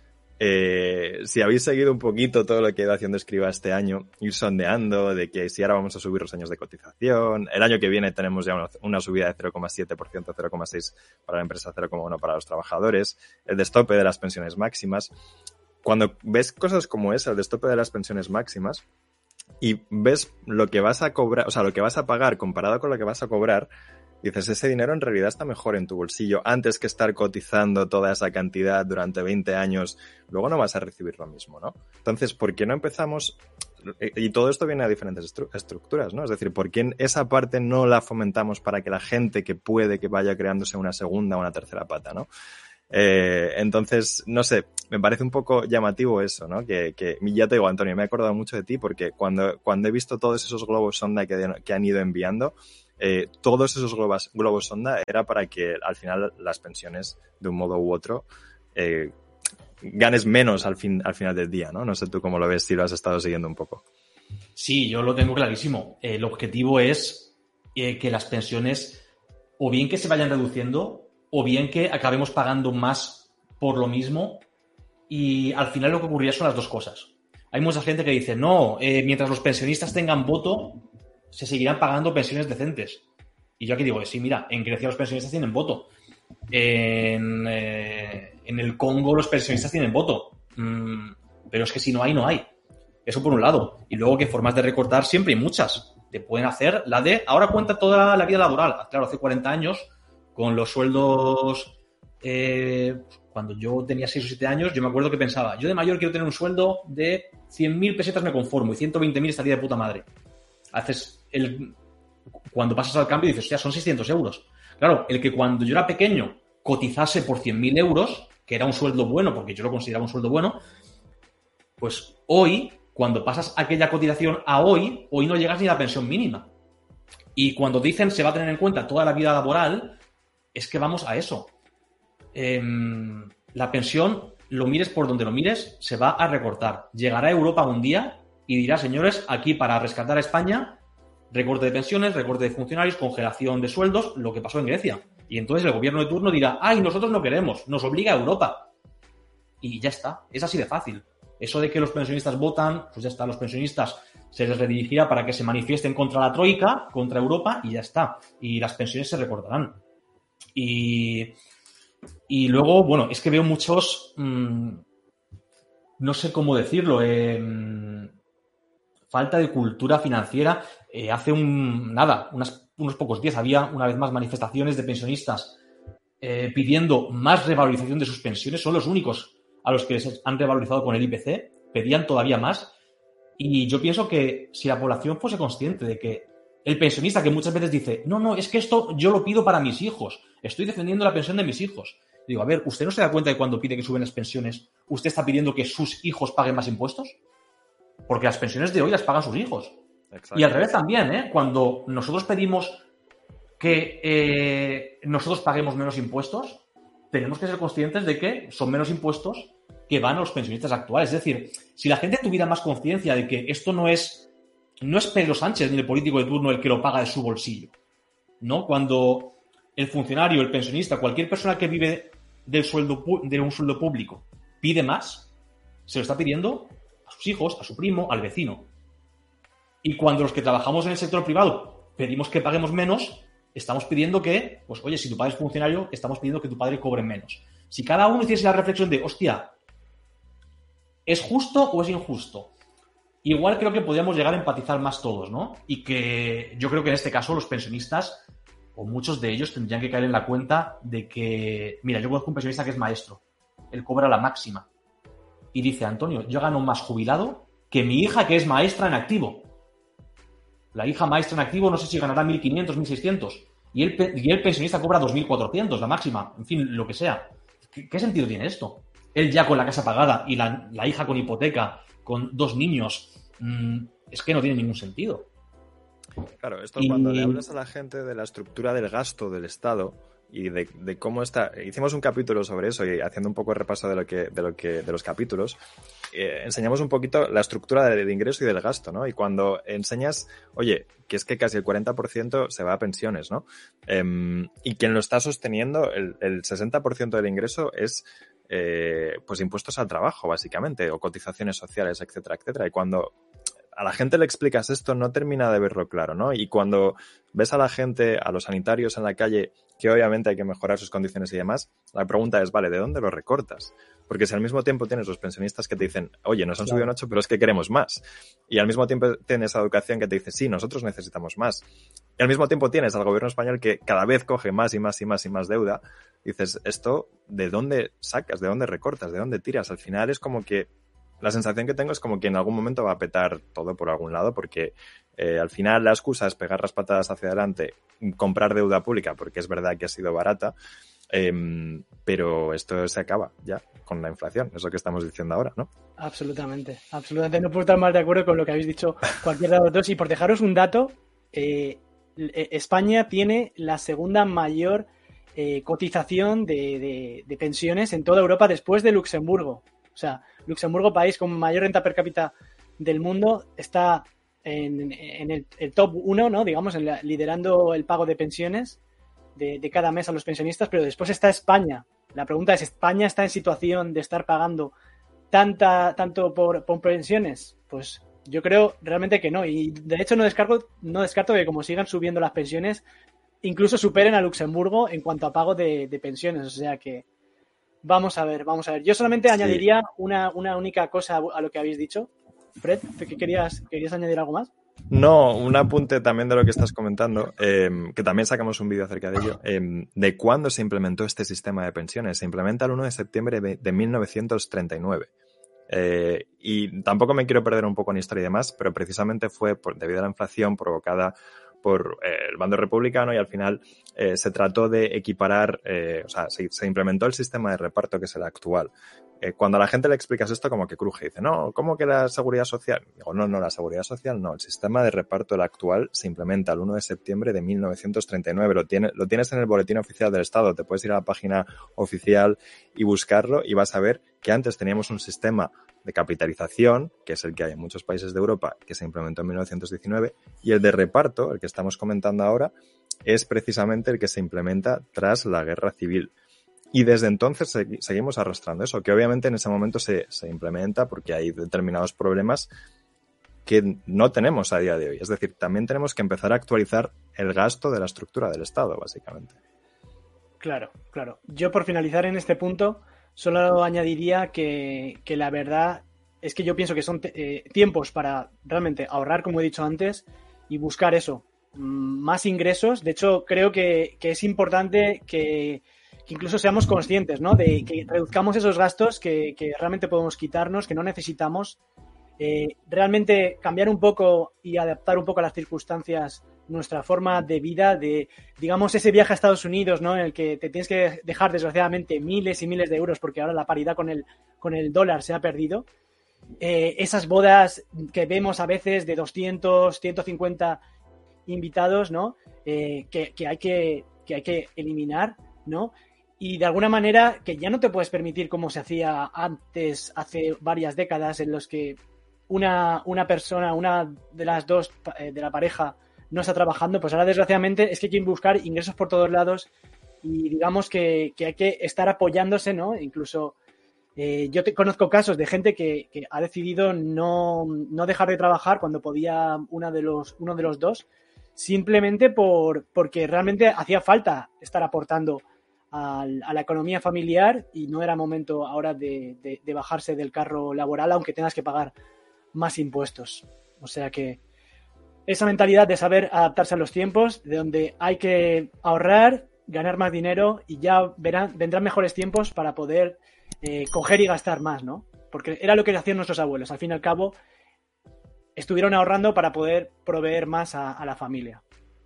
si habéis seguido un poquito todo lo que he ido haciendo Escriba este año, ir sondeando de que si ahora vamos a subir los años de cotización, el año que viene tenemos ya una subida de 0,7%, 0,6% para la empresa, 0,1% para los trabajadores, el destope de las pensiones máximas. Cuando ves cosas como esa, el destope de las pensiones máximas, y ves lo que vas a cobrar, o sea, lo que vas a pagar comparado con lo que vas a cobrar, dices, ese dinero en realidad está mejor en tu bolsillo antes que estar cotizando toda esa cantidad durante 20 años. Luego no vas a recibir lo mismo, ¿no? Entonces, ¿por qué no empezamos? Y todo esto viene a diferentes estructuras, ¿no? Es decir, ¿por qué esa parte no la fomentamos para que la gente que puede que vaya creándose una segunda o una tercera pata, ¿no? Entonces, no sé, me parece un poco llamativo eso, ¿no? Que ya te digo, Antonio, me he acordado mucho de ti porque cuando he visto todos esos globos sonda que han ido enviando, todos esos globos sonda era para que al final las pensiones, de un modo u otro, ganes menos al final del día, ¿no? No sé tú cómo lo ves, si lo has estado siguiendo un poco. Sí, yo lo tengo clarísimo. El objetivo es que las pensiones o bien que se vayan reduciendo o bien que acabemos pagando más por lo mismo y al final lo que ocurría son las dos cosas. Hay mucha gente que dice, no, mientras los pensionistas tengan voto, se seguirán pagando pensiones decentes. Y yo aquí digo, sí, mira, en Grecia los pensionistas tienen voto. En el Congo los pensionistas tienen voto. Pero es que si no hay, no hay. Eso por un lado. Y luego que formas de recortar siempre hay muchas. Te pueden hacer la de, ahora cuenta toda la vida laboral. Claro, hace 40 años, con los sueldos, cuando yo tenía 6 o 7 años, yo me acuerdo que pensaba, yo de mayor quiero tener un sueldo de 100.000 pesetas me conformo y 120.000 estaría de puta madre. Cuando pasas al cambio dices, ya son 600 euros. Claro, el que cuando yo era pequeño cotizase por 100.000 euros, que era un sueldo bueno, porque yo lo consideraba un sueldo bueno, pues hoy, cuando pasas aquella cotización a hoy no llegas ni a la pensión mínima. Y cuando dicen se va a tener en cuenta toda la vida laboral, es que vamos a eso. La pensión, lo mires por donde lo mires, se va a recortar. Llegará a Europa un día y dirá, señores, aquí para rescatar a España, recorte de pensiones, recorte de funcionarios, congelación de sueldos, lo que pasó en Grecia. Y entonces el gobierno de turno dirá, ay, nosotros no queremos, nos obliga a Europa. Y ya está, es así de fácil. Eso de que los pensionistas votan, pues ya está, los pensionistas se les redirigirá para que se manifiesten contra la Troika, contra Europa, y ya está. Y las pensiones se recortarán. Y luego, bueno, es que veo muchos, no sé cómo decirlo, falta de cultura financiera. Hace unos pocos días había una vez más manifestaciones de pensionistas pidiendo más revalorización de sus pensiones. Son los únicos a los que les han revalorizado con el IPC. Pedían todavía más. Y yo pienso que si la población fuese consciente de que el pensionista que muchas veces dice, no, es que esto yo lo pido para mis hijos, estoy defendiendo la pensión de mis hijos. Digo, a ver, ¿usted no se da cuenta de que cuando pide que suben las pensiones, usted está pidiendo que sus hijos paguen más impuestos? Porque las pensiones de hoy las pagan sus hijos. Exacto. Y al revés también, ¿eh? Cuando nosotros pedimos que nosotros paguemos menos impuestos, tenemos que ser conscientes de que son menos impuestos que van a los pensionistas actuales. Es decir, si la gente tuviera más conciencia de que esto no es Pedro Sánchez ni el político de turno el que lo paga de su bolsillo, ¿no? Cuando el funcionario, el pensionista, cualquier persona que vive de un sueldo público pide más, se lo está pidiendo a sus hijos, a su primo, al vecino. Y cuando los que trabajamos en el sector privado pedimos que paguemos menos, estamos pidiendo que, pues oye, si tu padre es funcionario, estamos pidiendo que tu padre cobre menos. Si cada uno hiciese la reflexión de, hostia, ¿es justo o es injusto? Igual creo que podríamos llegar a empatizar más todos, ¿no? Y que yo creo que en este caso los pensionistas, o muchos de ellos, tendrían que caer en la cuenta de que, mira, yo conozco un pensionista que es maestro, él cobra la máxima. Y dice, Antonio, yo gano más jubilado que mi hija que es maestra en activo. La hija maestra en activo no sé si ganará 1.500, 1.600. Y el pensionista cobra 2.400, la máxima. En fin, lo que sea. ¿Qué sentido tiene esto? Él ya con la casa pagada y la hija con hipoteca, con 2 niños. Es que no tiene ningún sentido. Claro, esto cuando le hablas a la gente de la estructura del gasto del Estado y de cómo está... Hicimos un capítulo sobre eso y haciendo un poco de repaso de los capítulos, enseñamos un poquito la estructura del ingreso y del gasto, ¿no? Y cuando enseñas, oye, que es que casi el 40% se va a pensiones, ¿no? Y quien lo está sosteniendo, el 60% del ingreso es pues impuestos al trabajo, básicamente, o cotizaciones sociales, etcétera, etcétera. Y cuando a la gente le explicas esto, no termina de verlo claro, ¿no? Y cuando ves a la gente, a los sanitarios en la calle, que obviamente hay que mejorar sus condiciones y demás, la pregunta es, vale, ¿de dónde lo recortas? Porque si al mismo tiempo tienes los pensionistas que te dicen, oye, nos han subido un 8, pero es que queremos más. Y al mismo tiempo tienes a educación que te dice, sí, nosotros necesitamos más. Y al mismo tiempo tienes al gobierno español que cada vez coge más y más y más y más deuda. Dices, esto, ¿de dónde sacas? ¿De dónde recortas? ¿De dónde tiras? Al final es como que la sensación que tengo es como que en algún momento va a petar todo por algún lado, porque al final la excusa es pegar las patadas hacia adelante, comprar deuda pública, porque es verdad que ha sido barata, pero esto se acaba ya con la inflación, es lo que estamos diciendo ahora, ¿no? Absolutamente. No puedo estar más de acuerdo con lo que habéis dicho cualquiera de los dos. Y por dejaros un dato, España tiene la segunda mayor cotización de pensiones en toda Europa después de Luxemburgo. O sea, Luxemburgo, país con mayor renta per cápita del mundo, está en el top 1, ¿no? Digamos, liderando el pago de pensiones de cada mes a los pensionistas, pero después está España. La pregunta es, ¿España está en situación de estar pagando tanto por pensiones? Pues yo creo realmente que no. Y de hecho no descarto que como sigan subiendo las pensiones, incluso superen a Luxemburgo en cuanto a pago de pensiones. O sea que Vamos a ver. Yo solamente añadiría una única cosa a lo que habéis dicho. Fred, ¿qué querías añadir algo más? No, un apunte también de lo que estás comentando, que también sacamos un vídeo acerca de ello, de cuándo se implementó este sistema de pensiones. Se implementa el 1 de septiembre de 1939. Y tampoco me quiero perder un poco en historia y demás, pero precisamente fue debido a la inflación provocada por el bando republicano y al final se trató de equiparar, se implementó el sistema de reparto que es el actual. Cuando a la gente le explicas esto como que cruje, dice, no, ¿cómo que la seguridad social? Digo, no, la seguridad social no, el sistema de reparto el actual se implementa el 1 de septiembre de 1939, lo tienes en el boletín oficial del Estado, te puedes ir a la página oficial y buscarlo y vas a ver que antes teníamos un sistema de capitalización, que es el que hay en muchos países de Europa, que se implementó en 1919, y el de reparto, el que estamos comentando ahora, es precisamente el que se implementa tras la Guerra Civil. Y desde entonces seguimos arrastrando eso, que obviamente en ese momento se implementa porque hay determinados problemas que no tenemos a día de hoy. Es decir, también tenemos que empezar a actualizar el gasto de la estructura del Estado, básicamente. Claro. Yo, por finalizar en este punto, solo añadiría que la verdad es que yo pienso que son tiempos para realmente ahorrar, como he dicho antes, y buscar eso, más ingresos. De hecho, creo que es importante que incluso seamos conscientes, ¿no? De que reduzcamos esos gastos que realmente podemos quitarnos, que no necesitamos. Realmente cambiar un poco y adaptar un poco a las circunstancias nuestra forma de vida, de, digamos, ese viaje a Estados Unidos, ¿no? En el que te tienes que dejar, desgraciadamente, miles y miles de euros porque ahora la paridad con el dólar se ha perdido. Esas bodas que vemos a veces de 200, 150 invitados, ¿no? Que hay que eliminar, ¿no? Y de alguna manera que ya no te puedes permitir como se hacía antes, hace varias décadas, en los que una persona, una de las dos de la pareja no está trabajando. Pues ahora desgraciadamente es que hay que buscar ingresos por todos lados y digamos que hay que estar apoyándose, ¿no? Incluso yo conozco casos de gente que ha decidido no dejar de trabajar cuando podía uno de los dos, simplemente porque realmente hacía falta estar aportando a la economía familiar y no era momento ahora de bajarse del carro laboral, aunque tengas que pagar más impuestos. O sea que esa mentalidad de saber adaptarse a los tiempos, de donde hay que ahorrar, ganar más dinero y ya vendrán mejores tiempos para poder coger y gastar más, ¿no? Porque era lo que hacían nuestros abuelos. Al fin y al cabo, estuvieron ahorrando para poder proveer más a la familia.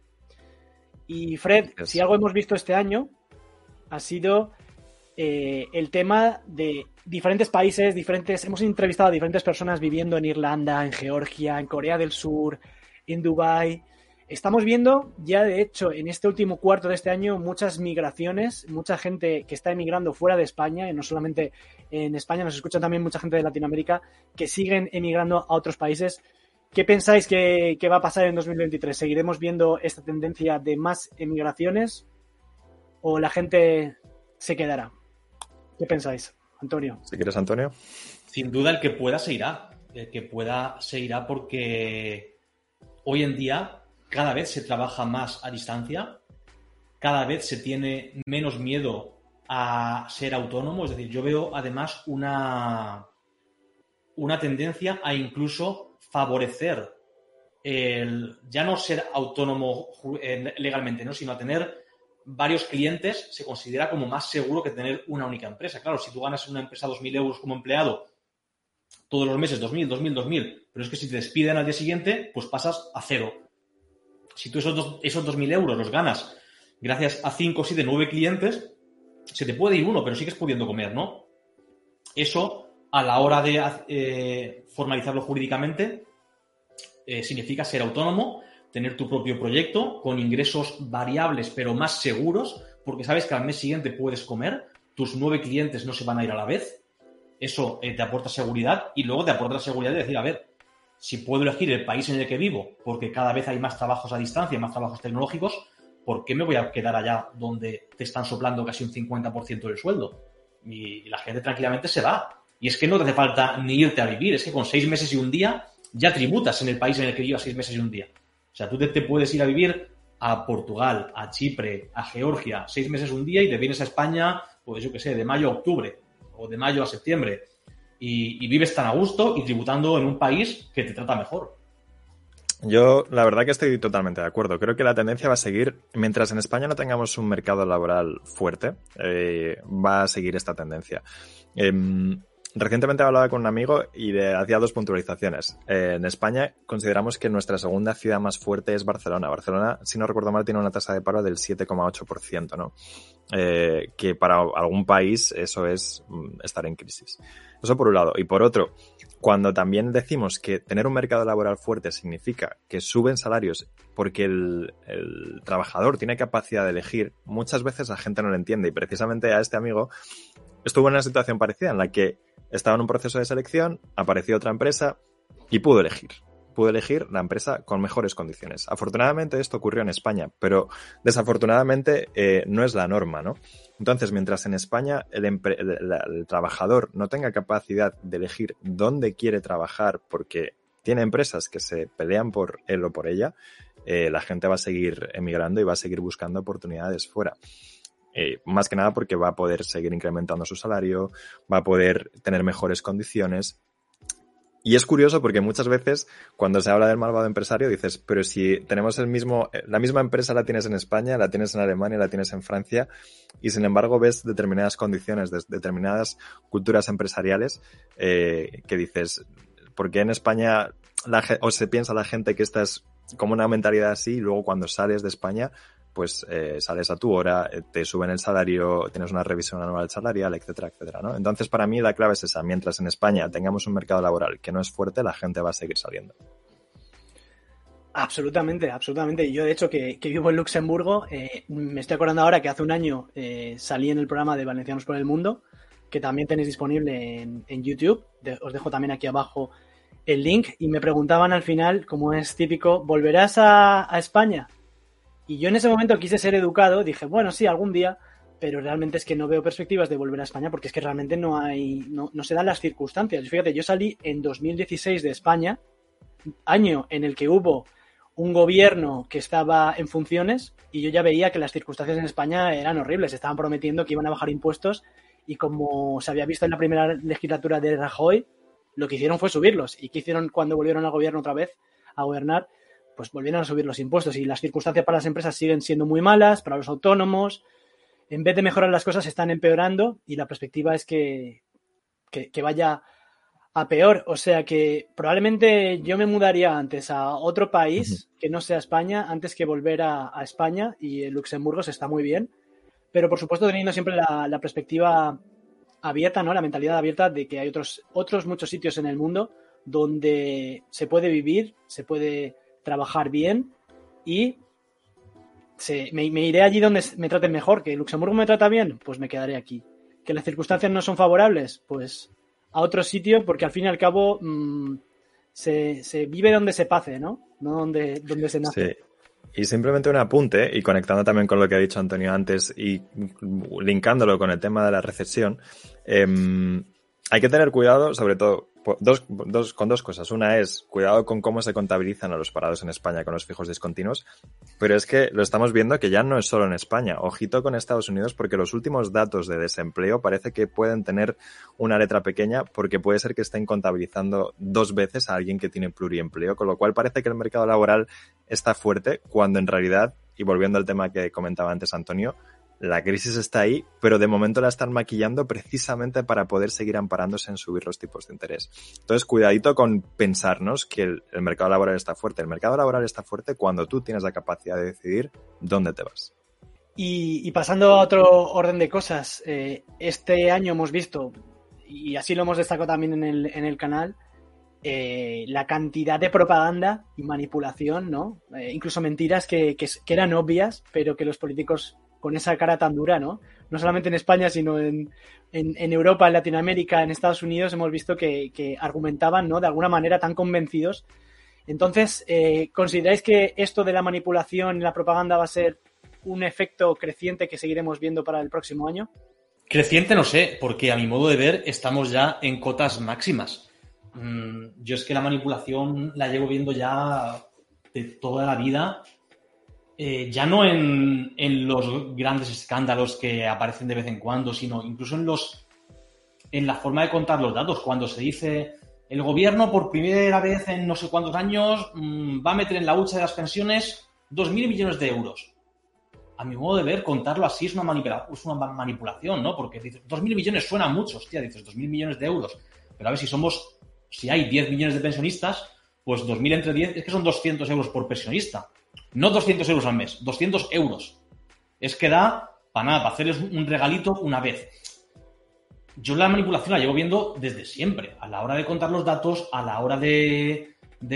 Y Fred, si algo hemos visto este año ha sido el tema de diferentes países, hemos entrevistado a diferentes personas viviendo en Irlanda, en Georgia, en Corea del Sur, en Dubái. Estamos viendo ya, de hecho, en este último cuarto de este año, muchas migraciones, mucha gente que está emigrando fuera de España, y no solamente en España, nos escuchan también mucha gente de Latinoamérica que siguen emigrando a otros países. ¿Qué pensáis que va a pasar en 2023? ¿Seguiremos viendo esta tendencia de más emigraciones o la gente se quedará? ¿Qué pensáis, Antonio? Si quieres, Antonio. Sin duda el que pueda se irá. El que pueda se irá porque hoy en día cada vez se trabaja más a distancia, cada vez se tiene menos miedo a ser autónomo. Es decir, yo veo además una tendencia a incluso favorecer el ya no ser autónomo legalmente, ¿no? Sino a tener varios clientes. Se considera como más seguro que tener una única empresa. Claro, si tú ganas en una empresa 2.000 euros como empleado todos los meses, 2.000, pero es que si te despiden al día siguiente, pues pasas a cero. Si tú esos 2.000 euros los ganas gracias a 5, 7, 9 clientes, se te puede ir uno, pero sigues pudiendo comer, ¿no? Eso, a la hora de formalizarlo jurídicamente, significa ser autónomo, tener tu propio proyecto con ingresos variables pero más seguros, porque sabes que al mes siguiente puedes comer, tus 9 clientes no se van a ir a la vez. Eso te aporta seguridad y luego te aporta la seguridad de decir, a ver, si puedo elegir el país en el que vivo, porque cada vez hay más trabajos a distancia, más trabajos tecnológicos, ¿por qué me voy a quedar allá donde te están soplando casi un 50% del sueldo? Y la gente tranquilamente se va. Y es que no te hace falta ni irte a vivir, es que con 6 meses y un día ya tributas en el país en el que vivas 6 meses y un día. O sea, tú te puedes ir a vivir a Portugal, a Chipre, a Georgia, 6 meses un día y te vienes a España, pues yo qué sé, de mayo a octubre o de mayo a septiembre. Y vives tan a gusto y tributando en un país que te trata mejor. Yo, la verdad que estoy totalmente de acuerdo. Creo que la tendencia va a seguir, mientras en España no tengamos un mercado laboral fuerte, va a seguir esta tendencia. Recientemente hablaba con un amigo y hacía 2 puntualizaciones. En España consideramos que nuestra segunda ciudad más fuerte es Barcelona. Barcelona, si no recuerdo mal, tiene una tasa de paro del 7,8%, ¿no? Que para algún país eso es estar en crisis. Eso por un lado. Y por otro, cuando también decimos que tener un mercado laboral fuerte significa que suben salarios porque el trabajador tiene capacidad de elegir, muchas veces la gente no lo entiende. Y precisamente a este amigo estuvo en una situación parecida en la que estaba en un proceso de selección, apareció otra empresa y pudo elegir. pudo elegir la empresa con mejores condiciones. Afortunadamente esto ocurrió en España, pero desafortunadamente no es la norma, ¿no? Entonces, mientras en España el trabajador no tenga capacidad de elegir dónde quiere trabajar porque tiene empresas que se pelean por él o por ella, la gente va a seguir emigrando y va a seguir buscando oportunidades fuera. Más que nada porque va a poder seguir incrementando su salario, va a poder tener mejores condiciones. Y es curioso porque muchas veces cuando se habla del malvado empresario dices, pero si tenemos la misma empresa la tienes en España, la tienes en Alemania, la tienes en Francia, y sin embargo ves determinadas condiciones, determinadas culturas empresariales que dices, ¿por qué en España o se piensa la gente que esta es como una mentalidad así y luego cuando sales de España pues sales a tu hora, te suben el salario, tienes una revisión anual salarial, etcétera, etcétera, ¿no? Entonces, para mí la clave es esa. Mientras en España tengamos un mercado laboral que no es fuerte, la gente va a seguir saliendo. Absolutamente, absolutamente. Yo, de hecho, que vivo en Luxemburgo, me estoy acordando ahora que hace un año salí en el programa de Valencianos por el Mundo, que también tenéis disponible en YouTube. Os dejo también aquí abajo el link. Y me preguntaban al final, como es típico, ¿volverás a España? Y yo en ese momento quise ser educado, dije, bueno, sí, algún día, pero realmente es que no veo perspectivas de volver a España porque es que realmente no se dan las circunstancias. Fíjate, yo salí en 2016 de España, año en el que hubo un gobierno que estaba en funciones y yo ya veía que las circunstancias en España eran horribles. Estaban prometiendo que iban a bajar impuestos y como se había visto en la primera legislatura de Rajoy, lo que hicieron fue subirlos. ¿Y qué hicieron cuando volvieron al gobierno otra vez a gobernar? Pues volvieron a subir los impuestos y las circunstancias para las empresas siguen siendo muy malas, para los autónomos. En vez de mejorar las cosas, están empeorando y la perspectiva es que vaya a peor. O sea que probablemente yo me mudaría antes a otro país que no sea España antes que volver a España y en Luxemburgo se está muy bien. Pero por supuesto teniendo siempre la perspectiva abierta, ¿no? La mentalidad abierta de que hay otros muchos sitios en el mundo donde se puede vivir, se puede trabajar bien y me iré allí donde me traten mejor. Que Luxemburgo me trata bien, pues me quedaré aquí. Que las circunstancias no son favorables, pues a otro sitio, porque al fin y al cabo se vive donde se pase, ¿no? No donde se nace. Sí. Y simplemente un apunte, y conectando también con lo que ha dicho Antonio antes y linkándolo con el tema de la recesión, hay que tener cuidado, sobre todo, con dos cosas. Una es cuidado con cómo se contabilizan a los parados en España con los fijos discontinuos, pero es que lo estamos viendo que ya no es solo en España. Ojito con Estados Unidos porque los últimos datos de desempleo parece que pueden tener una letra pequeña porque puede ser que estén contabilizando 2 veces a alguien que tiene pluriempleo, con lo cual parece que el mercado laboral está fuerte cuando en realidad, y volviendo al tema que comentaba antes Antonio, la crisis está ahí, pero de momento la están maquillando precisamente para poder seguir amparándose en subir los tipos de interés. Entonces, cuidadito con pensarnos que el mercado laboral está fuerte. El mercado laboral está fuerte cuando tú tienes la capacidad de decidir dónde te vas. Y pasando a otro orden de cosas, este año hemos visto, y así lo hemos destacado también en el canal, la cantidad de propaganda y manipulación, ¿no? Incluso mentiras que eran obvias, pero que los políticos con esa cara tan dura, ¿no? No solamente en España, sino en Europa, en Latinoamérica, en Estados Unidos, hemos visto que argumentaban, ¿no? De alguna manera tan convencidos. Entonces, ¿consideráis que esto de la manipulación y la propaganda va a ser un efecto creciente que seguiremos viendo para el próximo año? Creciente no sé, porque a mi modo de ver estamos ya en cotas máximas. Yo es que la manipulación la llevo viendo ya de toda la vida. Ya no en los grandes escándalos que aparecen de vez en cuando, sino incluso en la forma de contar los datos. Cuando se dice el gobierno por primera vez en no sé cuántos años va a meter en la hucha de las pensiones 2.000 millones de euros. A mi modo de ver, contarlo así es una manipulación, ¿no? Porque dices, 2.000 millones suena mucho, hostia, dices 2.000 millones de euros. Pero a ver, si hay 10 millones de pensionistas, pues 2.000 entre 10 es que son 200 euros por pensionista. No 200 euros al mes, 200 euros. Es que da para nada, para hacerles un regalito una vez. Yo la manipulación la llevo viendo desde siempre. A la hora de contar los datos, a la hora de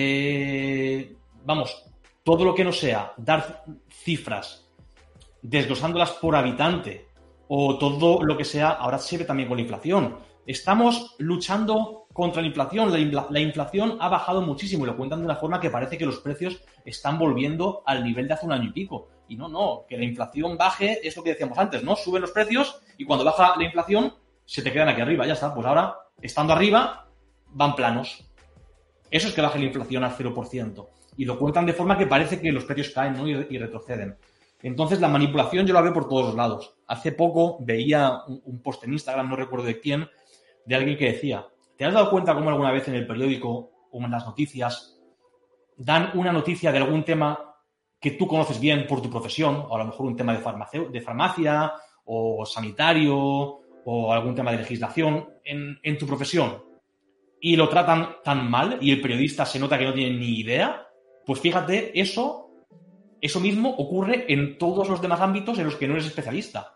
vamos, todo lo que no sea dar cifras, desglosándolas por habitante, o todo lo que sea, ahora se ve también con la inflación. estamos luchando contra la inflación. La inflación ha bajado muchísimo y lo cuentan de una forma que parece que los precios están volviendo al nivel de hace un año y pico. Y no, que la inflación baje es lo que decíamos antes, ¿no? Suben los precios y cuando baja la inflación se te quedan aquí arriba, ya está. Pues ahora, estando arriba, van planos. Eso es que baje la inflación al 0%. Y lo cuentan de forma que parece que los precios caen, ¿no? y retroceden. Entonces, la manipulación yo la veo por todos los lados. Hace poco veía un post en Instagram, no recuerdo de quién, de alguien que decía, ¿te has dado cuenta cómo alguna vez en el periódico o en las noticias dan una noticia de algún tema que tú conoces bien por tu profesión, o a lo mejor un tema de farmacia o sanitario o algún tema de legislación en tu profesión, y lo tratan tan mal y el periodista se nota que no tiene ni idea? Pues fíjate, eso mismo ocurre en todos los demás ámbitos en los que no eres especialista.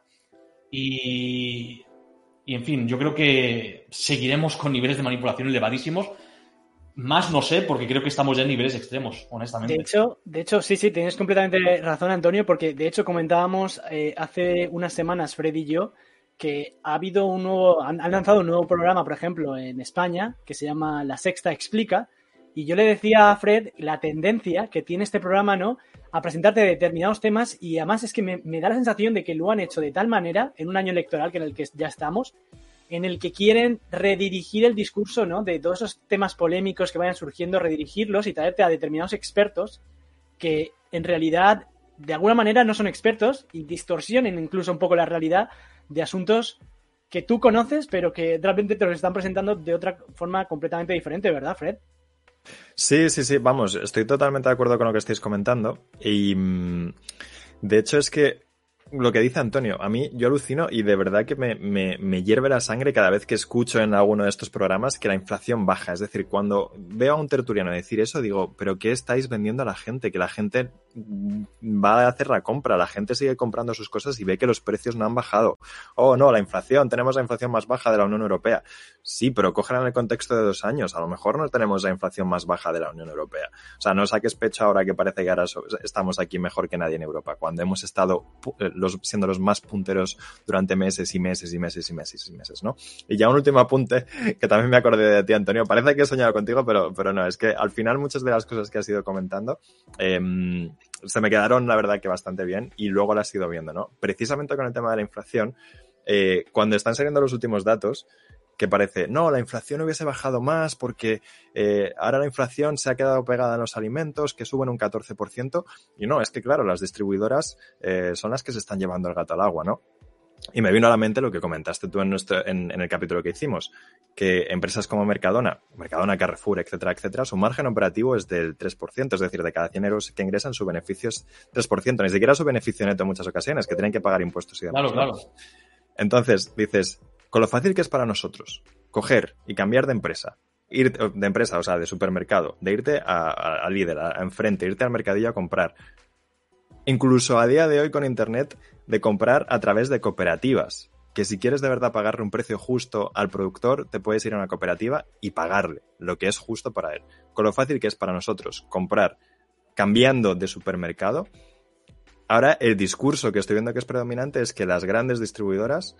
Y en fin, yo creo que seguiremos con niveles de manipulación elevadísimos. Más no sé, porque creo que estamos ya en niveles extremos, honestamente. De hecho, sí, tienes completamente razón, Antonio, porque de hecho comentábamos hace unas semanas, Fred y yo, que han lanzado un nuevo programa, por ejemplo, en España, que se llama La Sexta Explica, y yo le decía a Fred la tendencia que tiene este programa, ¿no?, a presentarte determinados temas, y además es que me da la sensación de que lo han hecho de tal manera, en un año electoral que en el que ya estamos, en el que quieren redirigir el discurso, ¿no?, de todos esos temas polémicos que vayan surgiendo, redirigirlos y traerte a determinados expertos que en realidad de alguna manera no son expertos y distorsionen incluso un poco la realidad de asuntos que tú conoces, pero que realmente te los están presentando de otra forma completamente diferente, ¿verdad, Fred? Sí, vamos, estoy totalmente de acuerdo con lo que estáis comentando y de hecho es que lo que dice Antonio, a mí yo alucino y de verdad que me hierve la sangre cada vez que escucho en alguno de estos programas que la inflación baja. Es decir, cuando veo a un tertuliano decir eso, digo, ¿pero qué estáis vendiendo a la gente? Que la gente va a hacer la compra, la gente sigue comprando sus cosas y ve que los precios no han bajado. Oh, no, la inflación, tenemos la inflación más baja de la Unión Europea. Sí, pero cógela en el contexto de 2 años. A lo mejor no tenemos la inflación más baja de la Unión Europea. O sea, no saques pecho ahora que parece que ahora estamos aquí mejor que nadie en Europa, cuando hemos estado siendo los más punteros durante meses, ¿no? Y ya un último apunte, que también me acordé de ti, Antonio. Parece que he soñado contigo, pero no, es que al final muchas de las cosas que has ido comentando se me quedaron, la verdad, que bastante bien y luego las he ido viendo, ¿no? Precisamente con el tema de la inflación, cuando están saliendo los últimos datos, que parece, no, la inflación hubiese bajado más porque ahora la inflación se ha quedado pegada en los alimentos, que suben un 14%, y no, es que claro, las distribuidoras son las que se están llevando el gato al agua, ¿no? Y me vino a la mente lo que comentaste tú en el capítulo que hicimos, que empresas como Mercadona, Carrefour, etcétera, su margen operativo es del 3%, es decir, de cada 100 euros que ingresan, su beneficio es 3%, ni siquiera su beneficio neto en muchas ocasiones, que tienen que pagar impuestos y demás. Claro. Entonces, dices, con lo fácil que es para nosotros coger y cambiar de empresa, o sea, de supermercado, de irte a líder, a enfrente, irte al mercadillo a comprar, incluso a día de hoy con internet, de comprar a través de cooperativas, que si quieres de verdad pagarle un precio justo al productor, te puedes ir a una cooperativa y pagarle lo que es justo para él. Con lo fácil que es para nosotros comprar cambiando de supermercado, ahora el discurso que estoy viendo que es predominante es que las grandes distribuidoras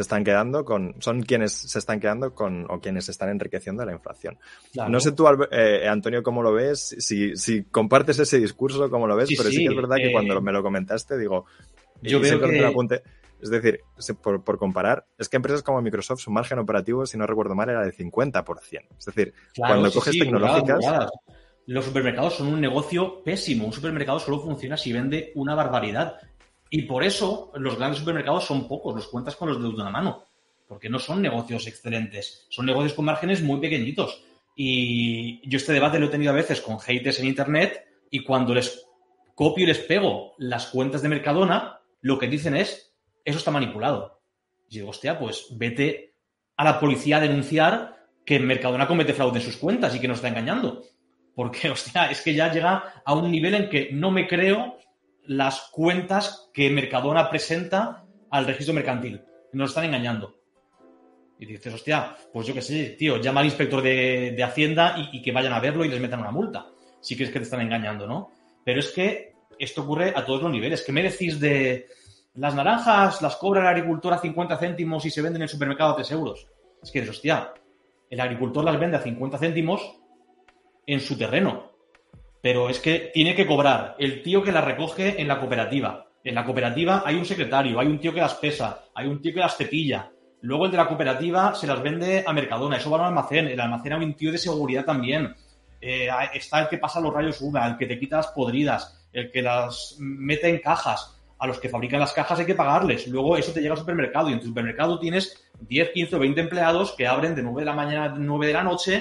son quienes se están quedando con, o quienes se están enriqueciendo de la inflación. Claro. No sé tú, Antonio, cómo lo ves, si compartes ese discurso, cómo lo ves, pero sí que es verdad que cuando me lo comentaste, digo, yo veo que... un apunte, es decir, por comparar, es que empresas como Microsoft, su margen operativo, si no recuerdo mal, era del 50%. Es decir, claro, cuando coges tecnológicas... Claro. Los supermercados son un negocio pésimo. Un supermercado solo funciona si vende una barbaridad. Y por eso los grandes supermercados son pocos, los cuentas con los dedos de una mano. Porque no son negocios excelentes. Son negocios con márgenes muy pequeñitos. Y yo este debate lo he tenido a veces con haters en internet y cuando les copio y les pego las cuentas de Mercadona, lo que dicen es, eso está manipulado. Y digo, hostia, pues vete a la policía a denunciar que Mercadona comete fraude en sus cuentas y que nos está engañando. Porque, hostia, es que ya llega a un nivel en que no me creo las cuentas que Mercadona presenta al registro mercantil. Nos están engañando. Y dices, hostia, pues yo qué sé, tío, llama al inspector de Hacienda y que vayan a verlo y les metan una multa. Si crees que te están engañando, ¿no? Pero es que esto ocurre a todos los niveles. ¿Qué me decís de las naranjas las cobra el agricultor a 50 céntimos y se venden en el supermercado a 3 euros? Es que dices, hostia, el agricultor las vende a 50 céntimos en su terreno, pero es que tiene que cobrar el tío que las recoge en la cooperativa. En la cooperativa hay un secretario, hay un tío que las pesa, hay un tío que las cepilla. Luego el de la cooperativa se las vende a Mercadona, eso va al almacén, el almacén hay un tío de seguridad también. Está el que pasa los rayos UVA, el que te quita las podridas, el que las mete en cajas. A los que fabrican las cajas hay que pagarles. Luego eso te llega al supermercado y en tu supermercado tienes 10, 15 o 20 empleados que abren de 9 de la mañana a 9 de la noche.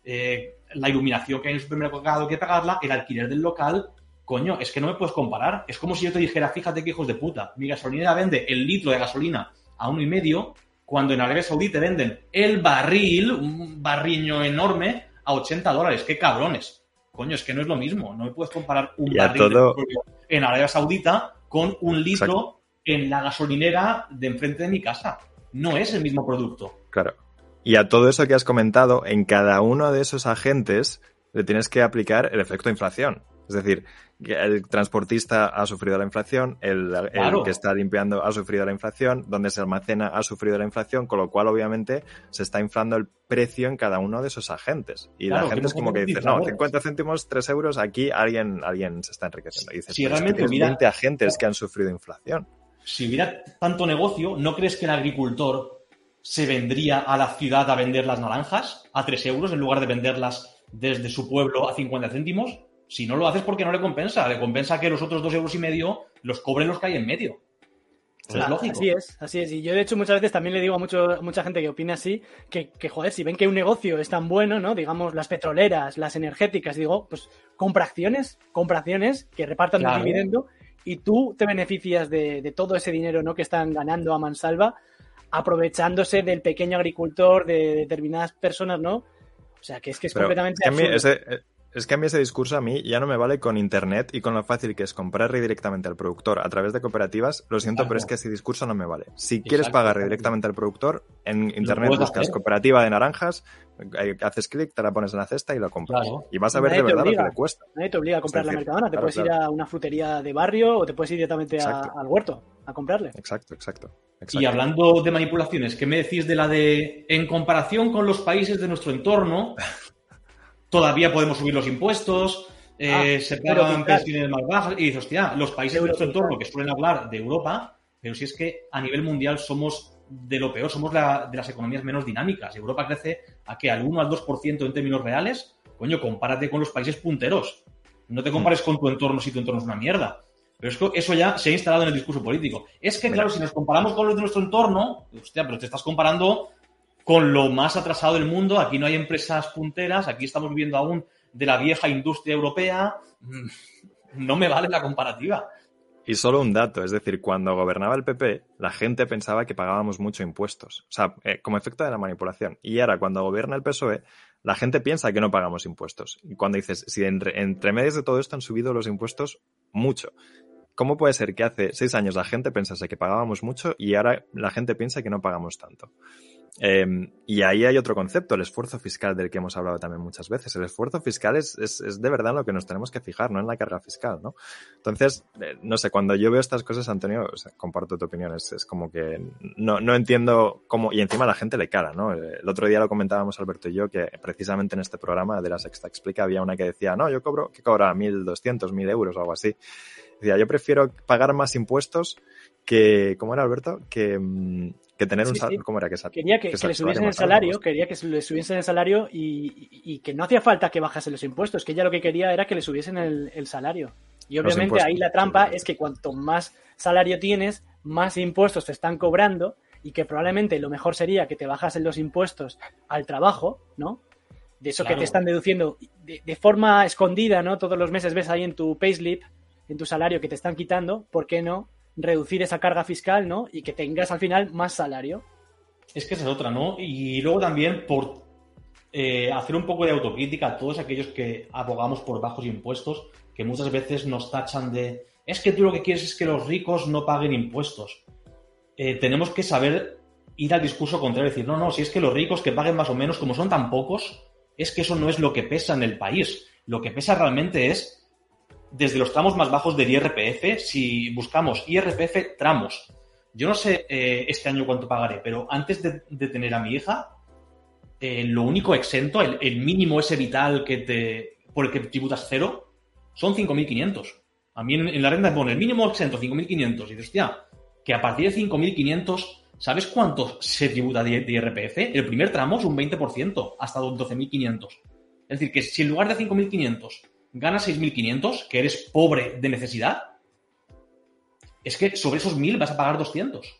La iluminación que hay en el supermercado hay que pagarla, el alquiler del local. Coño, es que no me puedes comparar. Es como si yo te dijera, fíjate que hijos de puta, mi gasolinera vende el litro de gasolina a 1,5, cuando en Arabia Saudí te venden el barril, un barriño enorme, a $80. ¡Qué cabrones! Coño, es que no es lo mismo. No me puedes comparar un barril de petróleo en Arabia Saudita con un litro Exacto. en la gasolinera de enfrente de mi casa. No es el mismo producto. Claro. Y a todo eso que has comentado, en cada uno de esos agentes le tienes que aplicar el efecto inflación. Es decir, el transportista ha sufrido la inflación, el que está limpiando ha sufrido la inflación, donde se almacena ha sufrido la inflación, con lo cual obviamente se está inflando el precio en cada uno de esos agentes. Y la gente es como que dice, no, 50 céntimos, 3 euros, aquí alguien se está enriqueciendo. Y dices, si realmente hubiera 20 agentes que han sufrido inflación. Si hubiera tanto negocio, ¿no crees que el agricultor se vendría a la ciudad a vender las naranjas a 3 euros en lugar de venderlas desde su pueblo a 50 céntimos? Si no lo haces porque no le compensa que los otros 2,5 euros los cobren los que hay en medio. Pues es lógico. Así es. Y yo, de hecho, muchas veces también le digo a mucha gente que opina así, que joder, si ven que un negocio es tan bueno, ¿no? Digamos, las petroleras, las energéticas, digo, pues compra acciones que repartan el dividendo y tú te beneficias de todo ese dinero, ¿no? Que están ganando a mansalva, aprovechándose del pequeño agricultor, de determinadas personas, ¿no? O sea, que es completamente absurdo. Es que a mí ese discurso ya no me vale con internet y con lo fácil que es comprarle directamente al productor a través de cooperativas. Lo siento, pero es que ese discurso no me vale. Si quieres pagarle directamente al productor, en internet buscas cooperativa de naranjas, haces clic, te la pones en la cesta y la compras. Claro. Y vas a ver de verdad lo que le cuesta. Nadie te obliga a comprar la Mercadona. Te puedes ir a una frutería de barrio o te puedes ir directamente al huerto a comprarle. Exacto. Y hablando de manipulaciones, ¿qué me decís de la de, en comparación con los países de nuestro entorno, todavía podemos subir los impuestos, se pagan pensiones más bajas? Y dices, hostia, los países de nuestro entorno que suelen hablar de Europa, pero si es que a nivel mundial somos de lo peor, somos de las economías menos dinámicas. Europa crece al 1 al 2% en términos reales. Coño, compárate con los países punteros. No te compares con tu entorno si tu entorno es una mierda. Pero es que eso ya se ha instalado en el discurso político. Es que, claro, si nos comparamos con los de nuestro entorno, hostia, pero te estás comparando con lo más atrasado del mundo. Aquí no hay empresas punteras, aquí estamos viviendo aún de la vieja industria europea. No me vale la comparativa. Y solo un dato, es decir, cuando gobernaba el PP, la gente pensaba que pagábamos mucho impuestos, o sea, como efecto de la manipulación. Y ahora, cuando gobierna el PSOE, la gente piensa que no pagamos impuestos. Y cuando dices, si entre medias de todo esto han subido los impuestos mucho, ¿cómo puede ser que hace 6 años la gente pensase que pagábamos mucho y ahora la gente piensa que no pagamos tanto? Y ahí hay otro concepto, el esfuerzo fiscal, del que hemos hablado también muchas veces. El esfuerzo fiscal es de verdad en lo que nos tenemos que fijar, no en la carga fiscal, ¿no? Entonces, no sé, cuando yo veo estas cosas, Antonio, o sea, comparto tu opinión, es como que no entiendo cómo, y encima a la gente le cala, ¿no? El otro día lo comentábamos Alberto y yo, que precisamente en este programa de La Sexta Explica había una que decía, no, yo cobro 1.200, 1.000 euros o algo así. Decía, yo prefiero pagar más impuestos que, ¿cómo era, Alberto? Que tener un salario. ¿Cómo era? Quería que le subiesen el salario, y que no hacía falta que bajasen los impuestos, que ella lo que quería era que le subiesen el salario. Y obviamente ahí la trampa es que cuanto más salario tienes, más impuestos te están cobrando, y que probablemente lo mejor sería que te bajasen los impuestos al trabajo, ¿no? De eso que te están deduciendo de forma escondida, ¿no? Todos los meses ves ahí en tu payslip, en tu salario, que te están quitando. ¿Por qué no reducir esa carga fiscal, ¿no? Y que tengas al final más salario. Es que esa es otra, ¿no? Y luego también por hacer un poco de autocrítica a todos aquellos que abogamos por bajos impuestos, que muchas veces nos tachan de, es que tú lo que quieres es que los ricos no paguen impuestos. Tenemos que saber ir al discurso contrario, decir, no, si es que los ricos que paguen más o menos, como son tan pocos, es que eso no es lo que pesa en el país. Lo que pesa realmente es desde los tramos más bajos del IRPF. Si buscamos IRPF tramos, yo no sé este año cuánto pagaré, pero antes de tener a mi hija, lo único exento, el mínimo ese vital por el que tributas 0, son 5.500. A mí en la renta me pone el mínimo exento 5.500. Y dices, hostia, que a partir de 5.500, ¿sabes cuánto se tributa de IRPF? El primer tramo es un 20%, hasta 12.500. Es decir, que si en lugar de 5.500 ganas 6.500, que eres pobre de necesidad, es que sobre esos 1.000 vas a pagar 200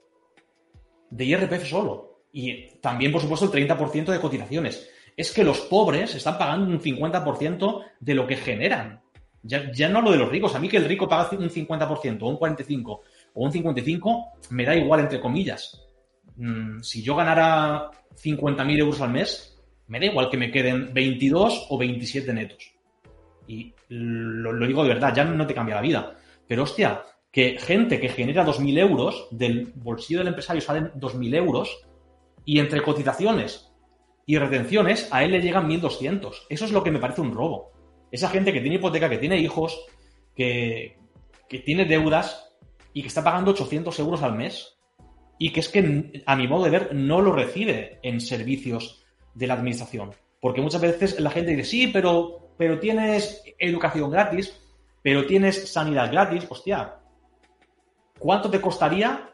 de IRPF solo. Y también, por supuesto, el 30% de cotizaciones. Es que los pobres están pagando un 50% de lo que generan. Ya no hablo de los ricos. A mí que el rico paga un 50% o un 45% o un 55%, me da igual, entre comillas. Si yo ganara 50.000 euros al mes, me da igual que me queden 22 o 27 netos. Y lo digo de verdad, ya no te cambia la vida. Pero, hostia, que gente que genera 2.000 euros, del bolsillo del empresario salen 2.000 euros, y entre cotizaciones y retenciones a él le llegan 1.200. Eso es lo que me parece un robo. Esa gente que tiene hipoteca, que tiene hijos, que tiene deudas y que está pagando 800 euros al mes, y que es que, a mi modo de ver, no lo recibe en servicios de la administración. Porque muchas veces la gente dice, sí, pero tienes educación gratis, pero tienes sanidad gratis. Hostia, ¿cuánto te costaría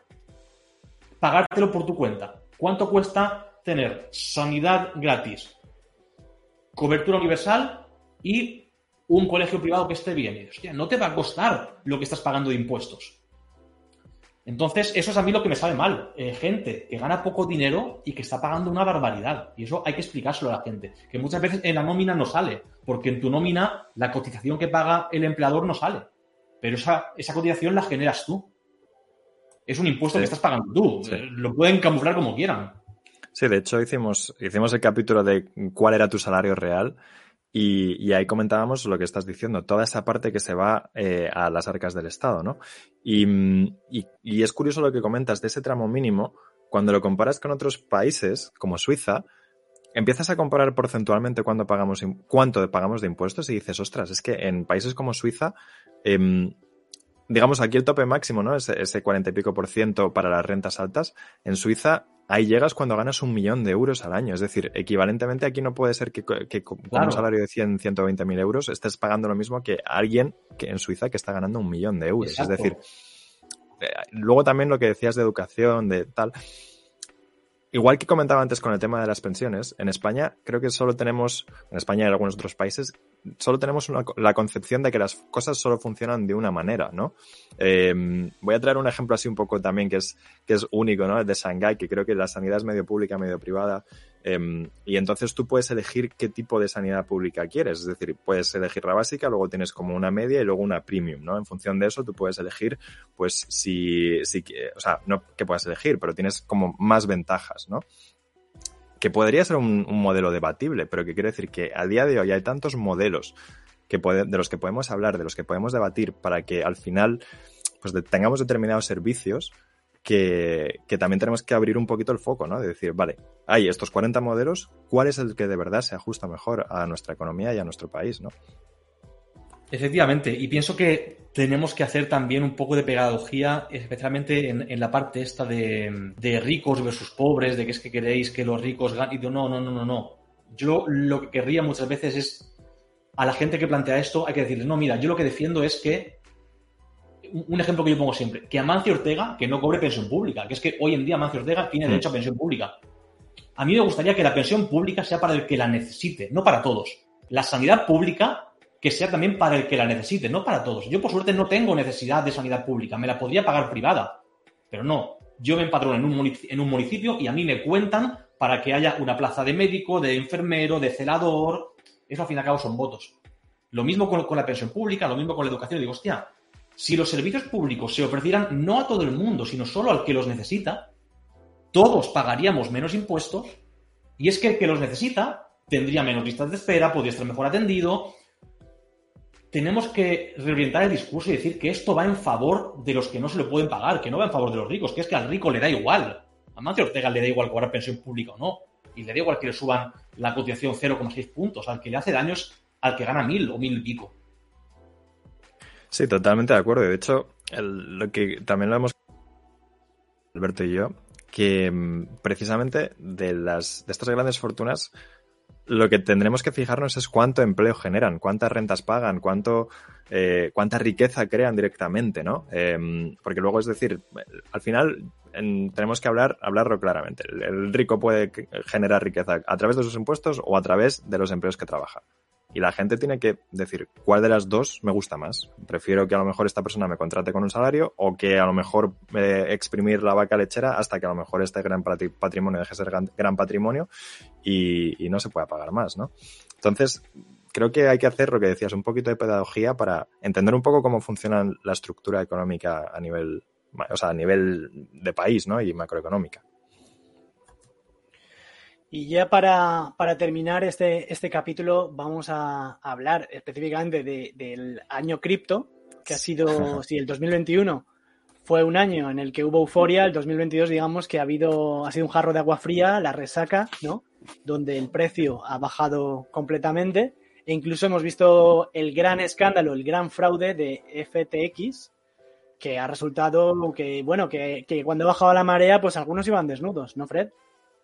pagártelo por tu cuenta? ¿Cuánto cuesta tener sanidad gratis, cobertura universal y un colegio privado que esté bien? Y dices, hostia, no te va a costar lo que estás pagando de impuestos. Entonces, eso es a mí lo que me sabe mal. Gente que gana poco dinero y que está pagando una barbaridad. Y eso hay que explicárselo a la gente. Que muchas veces en la nómina no sale, porque en tu nómina la cotización que paga el empleador no sale. Pero esa cotización la generas tú. Es un impuesto que estás pagando tú. Sí. Lo pueden camuflar como quieran. Sí, de hecho hicimos el capítulo de cuál era tu salario real y ahí comentábamos lo que estás diciendo, toda esa parte que se va a las arcas del Estado, ¿no? Y es curioso lo que comentas de ese tramo mínimo. Cuando lo comparas con otros países, como Suiza, empiezas a comparar porcentualmente cuánto pagamos de impuestos y dices, ostras, es que en países como Suiza... digamos, aquí el tope máximo, ¿no? Ese 40 y pico % para las rentas altas. En Suiza, ahí llegas cuando ganas 1.000.000 de euros al año. Es decir, equivalentemente aquí no puede ser que con un salario de 120.000 euros estés pagando lo mismo que alguien que en Suiza que está ganando 1.000.000 de euros. Exacto. Es decir, luego también lo que decías de educación, de tal... Igual que comentaba antes con el tema de las pensiones, en España creo que solo tenemos, en España y en algunos otros países, solo tenemos la concepción de que las cosas solo funcionan de una manera, ¿no? Voy a traer un ejemplo así un poco también que es único, ¿no? El de Shanghái, que creo que la sanidad es medio pública, medio privada, y entonces tú puedes elegir qué tipo de sanidad pública quieres, es decir, puedes elegir la básica, luego tienes como una media y luego una premium, ¿no? En función de eso tú puedes elegir, pues o sea, no que puedas elegir, pero tienes como más ventajas, ¿no? Que podría ser un modelo debatible, pero que quiere decir que a día de hoy hay tantos modelos de los que podemos hablar, de los que podemos debatir para que al final pues tengamos determinados servicios que también tenemos que abrir un poquito el foco, ¿no? De decir, vale, hay estos 40 modelos, ¿cuál es el que de verdad se ajusta mejor a nuestra economía y a nuestro país, ¿no? Efectivamente, y pienso que tenemos que hacer también un poco de pedagogía, especialmente en la parte esta de ricos versus pobres, de que es que queréis que los ricos ganen. Y digo, no. Yo lo que querría muchas veces es, a la gente que plantea esto, hay que decirles, no, mira, yo lo que defiendo es que, un ejemplo que yo pongo siempre, que Amancio Ortega, que no cobre pensión pública, que es que hoy en día Amancio Ortega tiene derecho a pensión pública. A mí me gustaría que la pensión pública sea para el que la necesite, no para todos. La sanidad pública que sea también para el que la necesite, no para todos. Yo, por suerte, no tengo necesidad de sanidad pública. Me la podría pagar privada, pero no. Yo me empadrono en un municipio y a mí me cuentan para que haya una plaza de médico, de enfermero, de celador. Eso, al fin y al cabo, son votos. Lo mismo con la pensión pública, lo mismo con la educación. Digo, hostia, si los servicios públicos se ofrecieran no a todo el mundo, sino solo al que los necesita, todos pagaríamos menos impuestos y es que el que los necesita tendría menos listas de espera, podría estar mejor atendido. Tenemos que reorientar el discurso y decir que esto va en favor de los que no se lo pueden pagar, que no va en favor de los ricos, que es que al rico le da igual. A Mancio Ortega le da igual cobrar pensión pública o no. Y le da igual que le suban la cotización 0,6 puntos. Al que le hace daño es al que gana 1.000 o 1.000 y pico. Sí, totalmente de acuerdo. De hecho, lo que también lo hemos... Alberto y yo, que precisamente de estas grandes fortunas lo que tendremos que fijarnos es cuánto empleo generan, cuántas rentas pagan, cuánta riqueza crean directamente, ¿no? Porque luego, es decir, al final tenemos que hablarlo claramente. El rico puede generar riqueza a través de sus impuestos o a través de los empleos que trabaja. Y la gente tiene que decir cuál de las dos me gusta más. Prefiero que a lo mejor esta persona me contrate con un salario o que a lo mejor exprimir la vaca lechera hasta que a lo mejor este gran patrimonio deje de ser gran patrimonio y no se pueda pagar más, ¿no? Entonces, creo que hay que hacer lo que decías, un poquito de pedagogía para entender un poco cómo funciona la estructura económica a nivel de país, ¿no? Y macroeconómica. Y ya para terminar este capítulo vamos a hablar específicamente del año cripto, que ha sido, si el 2021 fue un año en el que hubo euforia, el 2022 digamos que ha sido un jarro de agua fría, la resaca, ¿no? Donde el precio ha bajado completamente e incluso hemos visto el gran escándalo, el gran fraude de FTX, que ha resultado que cuando ha bajado la marea pues algunos iban desnudos, ¿no, Fred?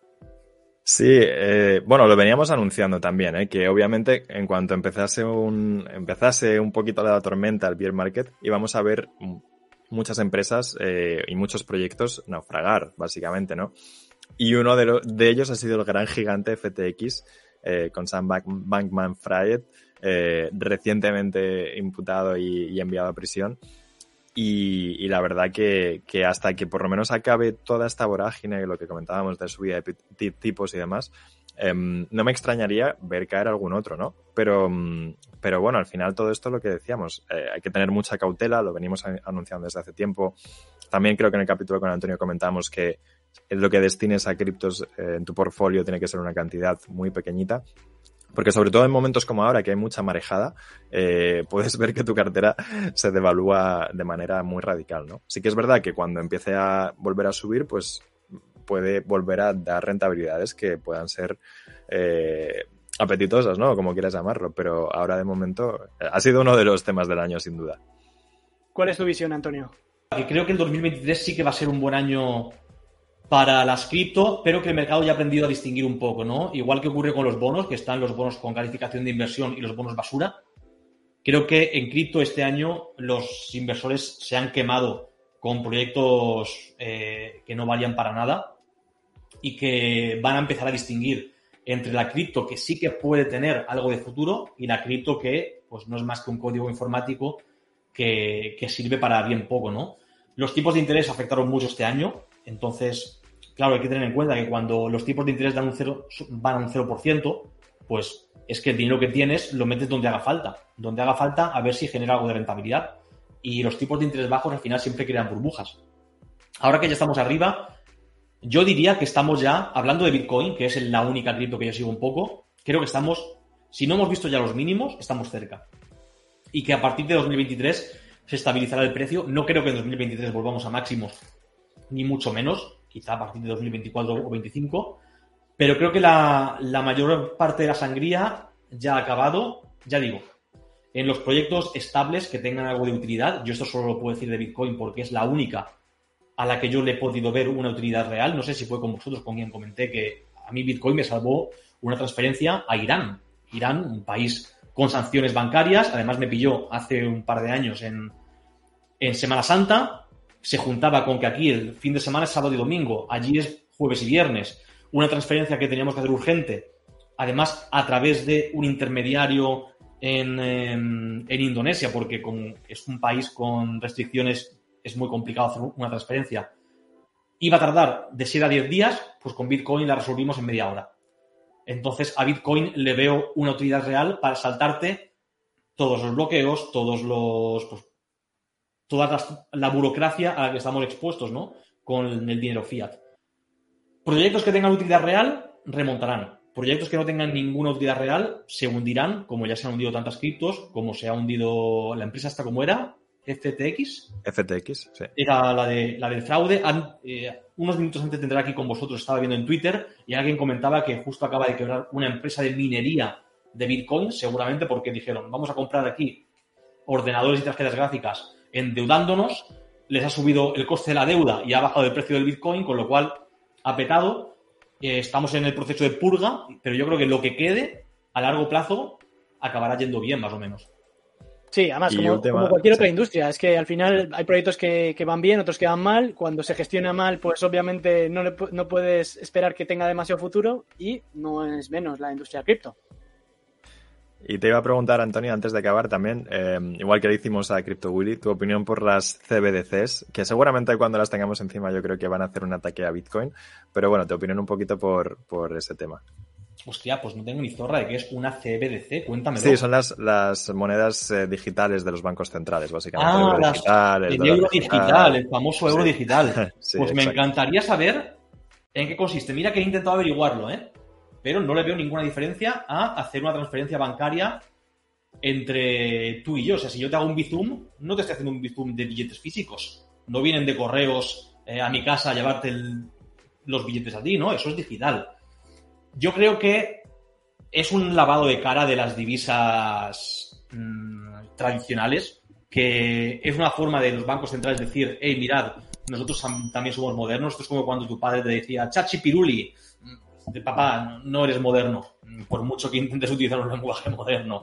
Sí, lo veníamos anunciando también, que obviamente en cuanto empezase un poquito la tormenta, el bear market, íbamos a ver muchas empresas y muchos proyectos naufragar, básicamente, ¿no? Y uno de ellos ha sido el gran gigante FTX, con Sam Bankman-Fried, recientemente imputado y enviado a prisión. Y la verdad que hasta que por lo menos acabe toda esta vorágine, lo que comentábamos de subida de tipos y demás, no me extrañaría ver caer algún otro, ¿no? Pero bueno, al final todo esto es lo que decíamos. Hay que tener mucha cautela, lo venimos anunciando desde hace tiempo. También creo que en el capítulo con Antonio comentamos que lo que destines a criptos en tu portfolio tiene que ser una cantidad muy pequeñita. Porque sobre todo en momentos como ahora, que hay mucha marejada, puedes ver que tu cartera se devalúa de manera muy radical, ¿no? Sí que es verdad que cuando empiece a volver a subir, pues puede volver a dar rentabilidades que puedan ser apetitosas, ¿no? Como quieras llamarlo, pero ahora de momento ha sido uno de los temas del año, sin duda. ¿Cuál es tu visión, Antonio? Creo que el 2023 sí que va a ser un buen año para las cripto, pero que el mercado ya ha aprendido a distinguir un poco, ¿no? Igual que ocurre con los bonos, que están los bonos con calificación de inversión y los bonos basura. Creo que en cripto este año los inversores se han quemado con proyectos que no valían para nada y que van a empezar a distinguir entre la cripto que sí que puede tener algo de futuro y la cripto que pues no es más que un código informático que sirve para bien poco, ¿no? Los tipos de interés afectaron mucho este año. Entonces, claro, hay que tener en cuenta que cuando los tipos de interés van a un 0%, pues es que el dinero que tienes lo metes donde haga falta. Donde haga falta a ver si genera algo de rentabilidad. Y los tipos de interés bajos al final siempre crean burbujas. Ahora que ya estamos arriba, yo diría que estamos ya, hablando de Bitcoin, que es la única cripto que yo sigo un poco, creo que estamos, si no hemos visto ya los mínimos, estamos cerca. Y que a partir de 2023 se estabilizará el precio. No creo que en 2023 volvamos a máximos, ni mucho menos, quizá a partir de 2024 o 2025, pero creo que la mayor parte de la sangría ya ha acabado, ya digo, en los proyectos estables que tengan algo de utilidad. Yo esto solo lo puedo decir de Bitcoin porque es la única a la que yo le he podido ver una utilidad real. No sé si fue con vosotros, con quien comenté que a mí Bitcoin me salvó una transferencia a Irán. Irán, un país con sanciones bancarias, además me pilló hace un par de años en Semana Santa. Se juntaba con que aquí el fin de semana es sábado y domingo, allí es jueves y viernes. Una transferencia que teníamos que hacer urgente, además a través de un intermediario en Indonesia, porque es un país con restricciones, es muy complicado hacer una transferencia. Iba a tardar de 7 a 10 días, pues con Bitcoin la resolvimos en media hora. Entonces a Bitcoin le veo una utilidad real para saltarte todos los bloqueos, toda la burocracia a la que estamos expuestos, ¿no? Con el dinero fiat. Proyectos que tengan utilidad real remontarán. Proyectos que no tengan ninguna utilidad real se hundirán, como ya se han hundido tantas criptos, como se ha hundido la empresa hasta como era, FTX. FTX, sí. Era la del fraude. Unos minutos antes de entrar aquí con vosotros estaba viendo en Twitter y alguien comentaba que justo acaba de quebrar una empresa de minería de Bitcoin, seguramente porque dijeron, vamos a comprar aquí ordenadores y tarjetas gráficas endeudándonos, les ha subido el coste de la deuda y ha bajado el precio del Bitcoin, con lo cual ha petado, estamos en el proceso de purga, pero yo creo que lo que quede a largo plazo acabará yendo bien, más o menos. Sí, además, como cualquier otra industria, es que al final hay proyectos que van bien, otros que van mal. Cuando se gestiona mal, pues obviamente no puedes esperar que tenga demasiado futuro, y no es menos la industria cripto. Y te iba a preguntar, Antonio, antes de acabar también, igual que le hicimos a Crypto Willy, tu opinión por las CBDCs, que seguramente cuando las tengamos encima yo creo que van a hacer un ataque a Bitcoin, pero bueno, tu opinión un poquito por ese tema. Hostia, pues no tengo ni zorra de qué es una CBDC, cuéntamelo. Sí, son las monedas digitales de los bancos centrales, básicamente. El euro digital, el famoso euro digital. Sí, pues exacto. Me encantaría saber en qué consiste. Mira que he intentado averiguarlo, pero no le veo ninguna diferencia a hacer una transferencia bancaria entre tú y yo. O sea, si yo te hago un Bizum, no te estoy haciendo un Bizum de billetes físicos. No vienen de correos a mi casa a llevarte los billetes a ti, ¿no? Eso es digital. Yo creo que es un lavado de cara de las divisas tradicionales, que es una forma de los bancos centrales decir, hey, mirad, nosotros también somos modernos. Esto es como cuando tu padre te decía, chachi piruli, de papá, no eres moderno, por mucho que intentes utilizar un lenguaje moderno.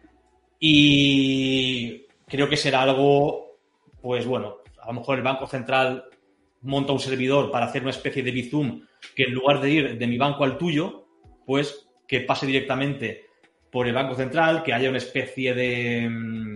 Y creo que será algo, pues bueno, a lo mejor el Banco Central monta un servidor para hacer una especie de Bizum que en lugar de ir de mi banco al tuyo, pues que pase directamente por el Banco Central, que haya una especie de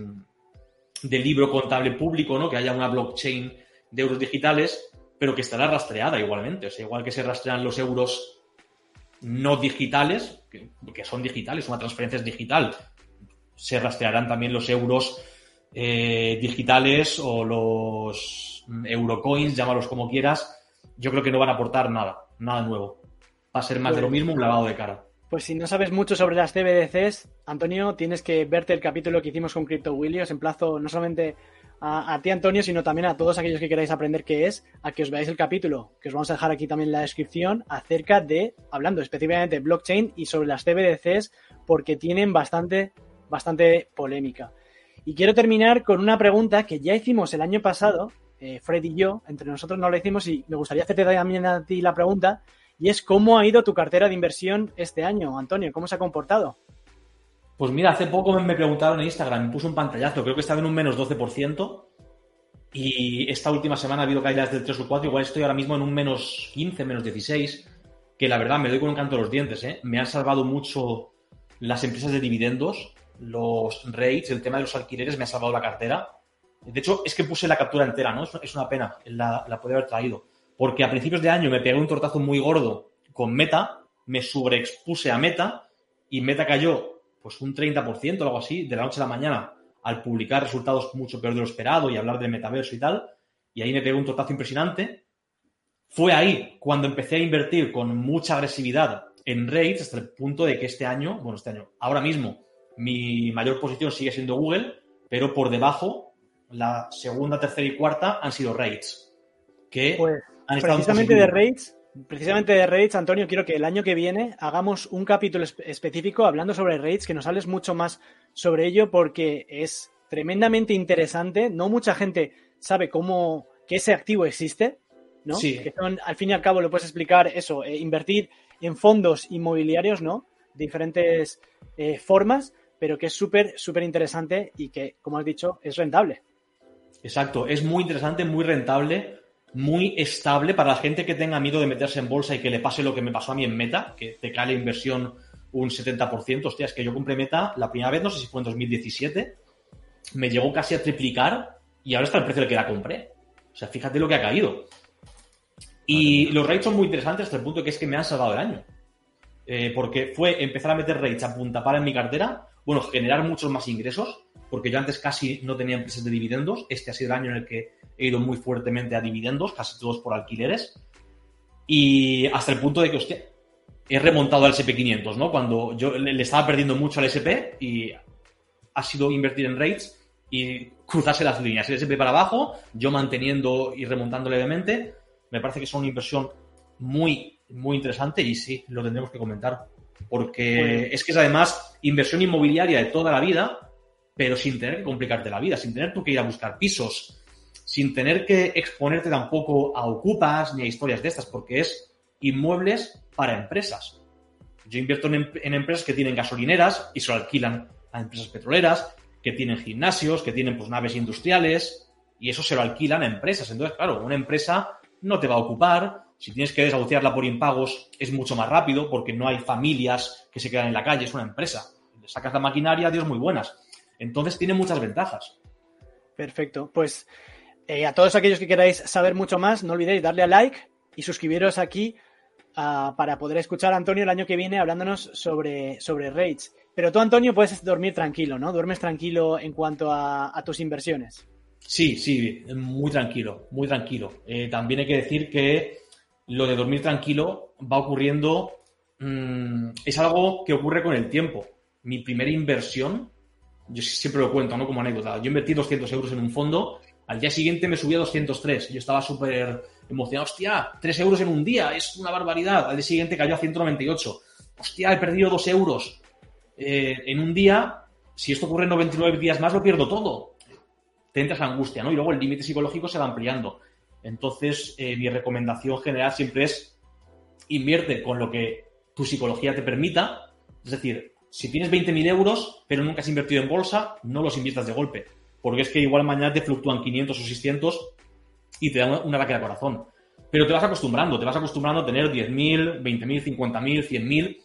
libro contable público, ¿no? Que haya una blockchain de euros digitales, pero que estará rastreada igualmente. O sea, igual que se rastrean los euros no digitales, que son digitales, una transferencia es digital, se rastrearán también los euros digitales o los eurocoins, llámalos como quieras. Yo creo que no van a aportar nada nuevo. Va a ser más de lo mismo, un lavado de cara. Pues si no sabes mucho sobre las CBDCs, Antonio, tienes que verte el capítulo que hicimos con Crypto Willy. Os emplazo no solamente a ti, Antonio, sino también a todos aquellos que queráis aprender qué es, a que os veáis el capítulo, que os vamos a dejar aquí también en la descripción, acerca de, hablando específicamente de blockchain y sobre las CBDCs, porque tienen bastante polémica. Y quiero terminar con una pregunta que ya hicimos el año pasado, Fred y yo, entre nosotros no lo hicimos, y me gustaría hacerte también a ti la pregunta, y es ¿cómo ha ido tu cartera de inversión este año, Antonio? ¿Cómo se ha comportado? Pues mira, hace poco me preguntaron en Instagram, me puso un pantallazo, creo que estaba en un menos 12%, y esta última semana ha habido caídas del 3 o 4, igual estoy ahora mismo en un menos 15, menos 16, que la verdad me doy con un canto a los dientes, Me han salvado mucho las empresas de dividendos, los rates, el tema de los alquileres me ha salvado la cartera. De hecho, es que puse la captura entera, ¿no? Es una pena, la podría haber traído. Porque a principios de año me pegué un tortazo muy gordo con Meta, me sobreexpuse a Meta y Meta cayó pues un 30% o algo así de la noche a la mañana al publicar resultados mucho peor de lo esperado y hablar del metaverso y tal. Y ahí me pegué un tortazo impresionante. Fue ahí cuando empecé a invertir con mucha agresividad en rates hasta el punto de que ahora mismo, mi mayor posición sigue siendo Google, pero por debajo, la segunda, tercera y cuarta han sido rates. Que pues, han estado precisamente de rates, Antonio, quiero que el año que viene hagamos un capítulo específico hablando sobre rates, que nos hables mucho más sobre ello, porque es tremendamente interesante. No mucha gente sabe que ese activo existe, ¿no? Sí. Que son, al fin y al cabo, lo puedes explicar eso, invertir en fondos inmobiliarios, ¿no? De diferentes formas, pero que es súper interesante y que, como has dicho, es rentable. Exacto, es muy interesante, muy rentable, muy estable para la gente que tenga miedo de meterse en bolsa y que le pase lo que me pasó a mí en Meta, que te cae la inversión un 70%. Hostia, es que yo compré Meta la primera vez, no sé si fue en 2017, me llegó casi a triplicar y ahora está el precio del que la compré. O sea, fíjate lo que ha caído. Y los rates son muy interesantes hasta el punto que es que me han salvado el año. Porque fue empezar a meter rates a punta pala en mi cartera, generar muchos más ingresos, porque yo antes casi no tenía empresas de dividendos. Este ha sido el año en el que he ido muy fuertemente a dividendos, casi todos por alquileres, y hasta el punto de que, hostia, he remontado al S&P 500, ¿no? Cuando yo le estaba perdiendo mucho al S&P y ha sido invertir en rates y cruzarse las líneas, el S&P para abajo, yo manteniendo y remontando levemente. Me parece que es una inversión muy, muy interesante y sí, lo tendremos que comentar. Porque es que es además inversión inmobiliaria de toda la vida, pero sin tener que complicarte la vida, sin tener tú que ir a buscar pisos, sin tener que exponerte tampoco a ocupas ni a historias de estas, porque es inmuebles para empresas. Yo invierto en empresas que tienen gasolineras y se lo alquilan a empresas petroleras, que tienen gimnasios, que tienen pues naves industriales, y eso se lo alquilan a empresas. Entonces, claro, una empresa no te va a ocupar. Si tienes que desahuciarla por impagos, es mucho más rápido porque no hay familias que se quedan en la calle, es una empresa. Le sacas la maquinaria, Dios, muy buenas. Entonces, tiene muchas ventajas. Perfecto. Pues a todos aquellos que queráis saber mucho más, no olvidéis darle a like y suscribiros aquí para poder escuchar a Antonio el año que viene hablándonos sobre REITs. Pero tú, Antonio, puedes dormir tranquilo, ¿no? ¿Duermes tranquilo en cuanto a tus inversiones? Sí, muy tranquilo, muy tranquilo. También hay que decir que lo de dormir tranquilo va ocurriendo, es algo que ocurre con el tiempo. Mi primera inversión, yo siempre lo cuento, ¿no? Como anécdota. Yo invertí 200 euros en un fondo, al día siguiente me subí a 203. Yo estaba súper emocionado. Hostia, 3 euros en un día, es una barbaridad. Al día siguiente cayó a 198. Hostia, he perdido 2 euros. En un día, si esto ocurre en 99 días más, lo pierdo todo. Te entras a angustia, ¿no? Y luego el límite psicológico se va ampliando. Entonces, mi recomendación general siempre es invierte con lo que tu psicología te permita. Es decir, si tienes 20.000 euros, pero nunca has invertido en bolsa, no los inviertas de golpe. Porque es que igual mañana te fluctúan 500 o 600 y te dan un ataque al corazón. Pero te vas acostumbrando a tener 10.000, 20.000, 50.000, 100.000.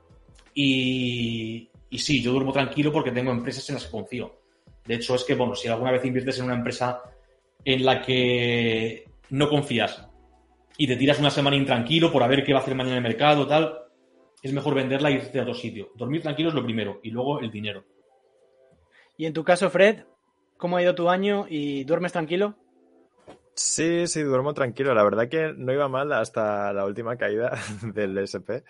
Y sí, yo duermo tranquilo porque tengo empresas en las que confío. De hecho, es que, bueno, si alguna vez inviertes en una empresa en la que no confías y te tiras una semana intranquilo por a ver qué va a hacer mañana en el mercado, tal, es mejor venderla e irte a otro sitio. Dormir tranquilo es lo primero y luego el dinero. Y en tu caso, Fred, ¿cómo ha ido tu año y duermes tranquilo? Sí, duermo tranquilo. La verdad que no iba mal hasta la última caída del SP.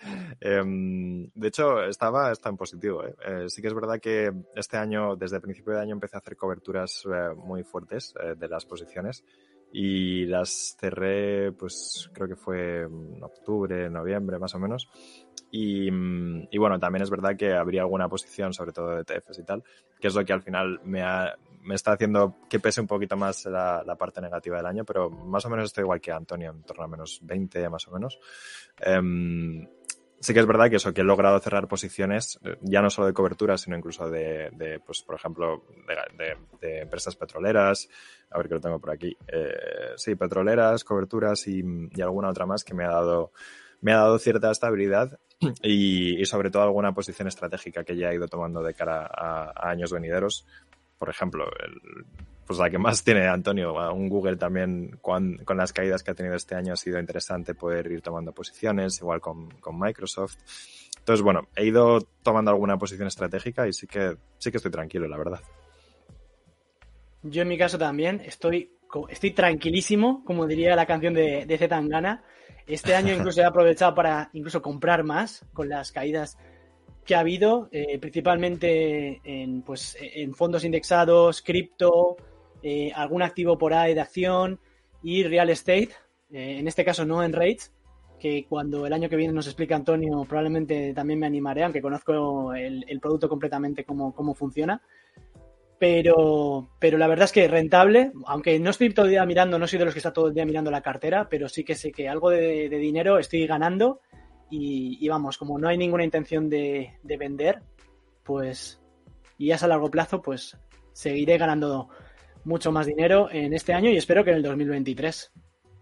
De hecho, está en positivo. Sí que es verdad que este año, desde el principio de año, empecé a hacer coberturas muy fuertes de las posiciones y las cerré, pues creo que fue en octubre, noviembre, más o menos. Y bueno, también es verdad que habría alguna posición, sobre todo de ETFs y tal, que es lo que al final me está haciendo que pese un poquito más la parte negativa del año, pero más o menos estoy igual que Antonio, en torno a menos 20 más o menos. Sí que es verdad que he logrado cerrar posiciones, ya no solo de cobertura, sino incluso de pues por ejemplo, de empresas petroleras, a ver que lo tengo por aquí, sí, petroleras, coberturas y alguna otra más que me ha dado cierta estabilidad y sobre todo alguna posición estratégica que ya he ido tomando de cara a años venideros. Por ejemplo, pues la que más tiene Antonio, un Google también con las caídas que ha tenido este año ha sido interesante poder ir tomando posiciones, igual con Microsoft. Entonces, bueno, he ido tomando alguna posición estratégica y sí que estoy tranquilo, la verdad. Yo en mi caso también estoy tranquilísimo, como diría la canción de Z Tangana. Este año incluso he aprovechado para incluso comprar más con las caídas que ha habido, principalmente en fondos indexados, cripto, algún activo por ahí de acción y real estate, en este caso no en REITs, que cuando el año que viene nos explica Antonio probablemente también me animaré, aunque conozco el producto completamente cómo funciona. Pero la verdad es que rentable, aunque no estoy todo el día mirando, no soy de los que está todo el día mirando la cartera, pero sí que sé que algo de dinero estoy ganando y vamos, como no hay ninguna intención de vender, pues y es a largo plazo, pues seguiré ganando mucho más dinero en este año y espero que en el 2023.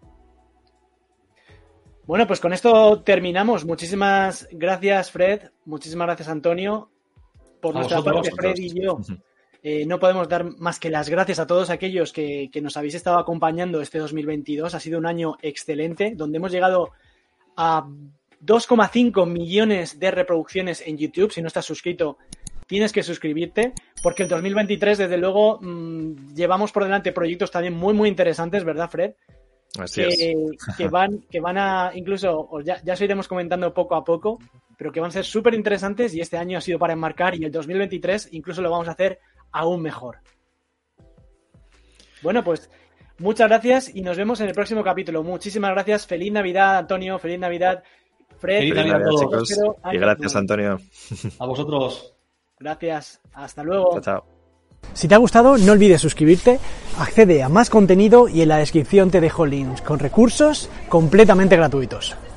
Bueno, pues con esto terminamos. Muchísimas gracias, Fred. Muchísimas gracias, Antonio. Por nuestra parte, Fred y yo no podemos dar más que las gracias a todos aquellos que nos habéis estado acompañando este 2022. Ha sido un año excelente, donde hemos llegado a 2,5 millones de reproducciones en YouTube. Si no estás suscrito, tienes que suscribirte, porque el 2023, desde luego, llevamos por delante proyectos también muy, muy interesantes, ¿verdad, Fred? Así es. Que van a, incluso, ya os iremos comentando poco a poco, pero que van a ser súper interesantes y este año ha sido para enmarcar y el 2023 incluso lo vamos a hacer aún mejor. Bueno, pues muchas gracias y nos vemos en el próximo capítulo. Muchísimas gracias. Feliz Navidad, Antonio. Feliz Navidad, Fred. Feliz Navidad a todos, chicos. Y gracias, Antonio. A vosotros. Gracias. Hasta luego. Chao, chao. Si te ha gustado, no olvides suscribirte, accede a más contenido y en la descripción te dejo links con recursos completamente gratuitos.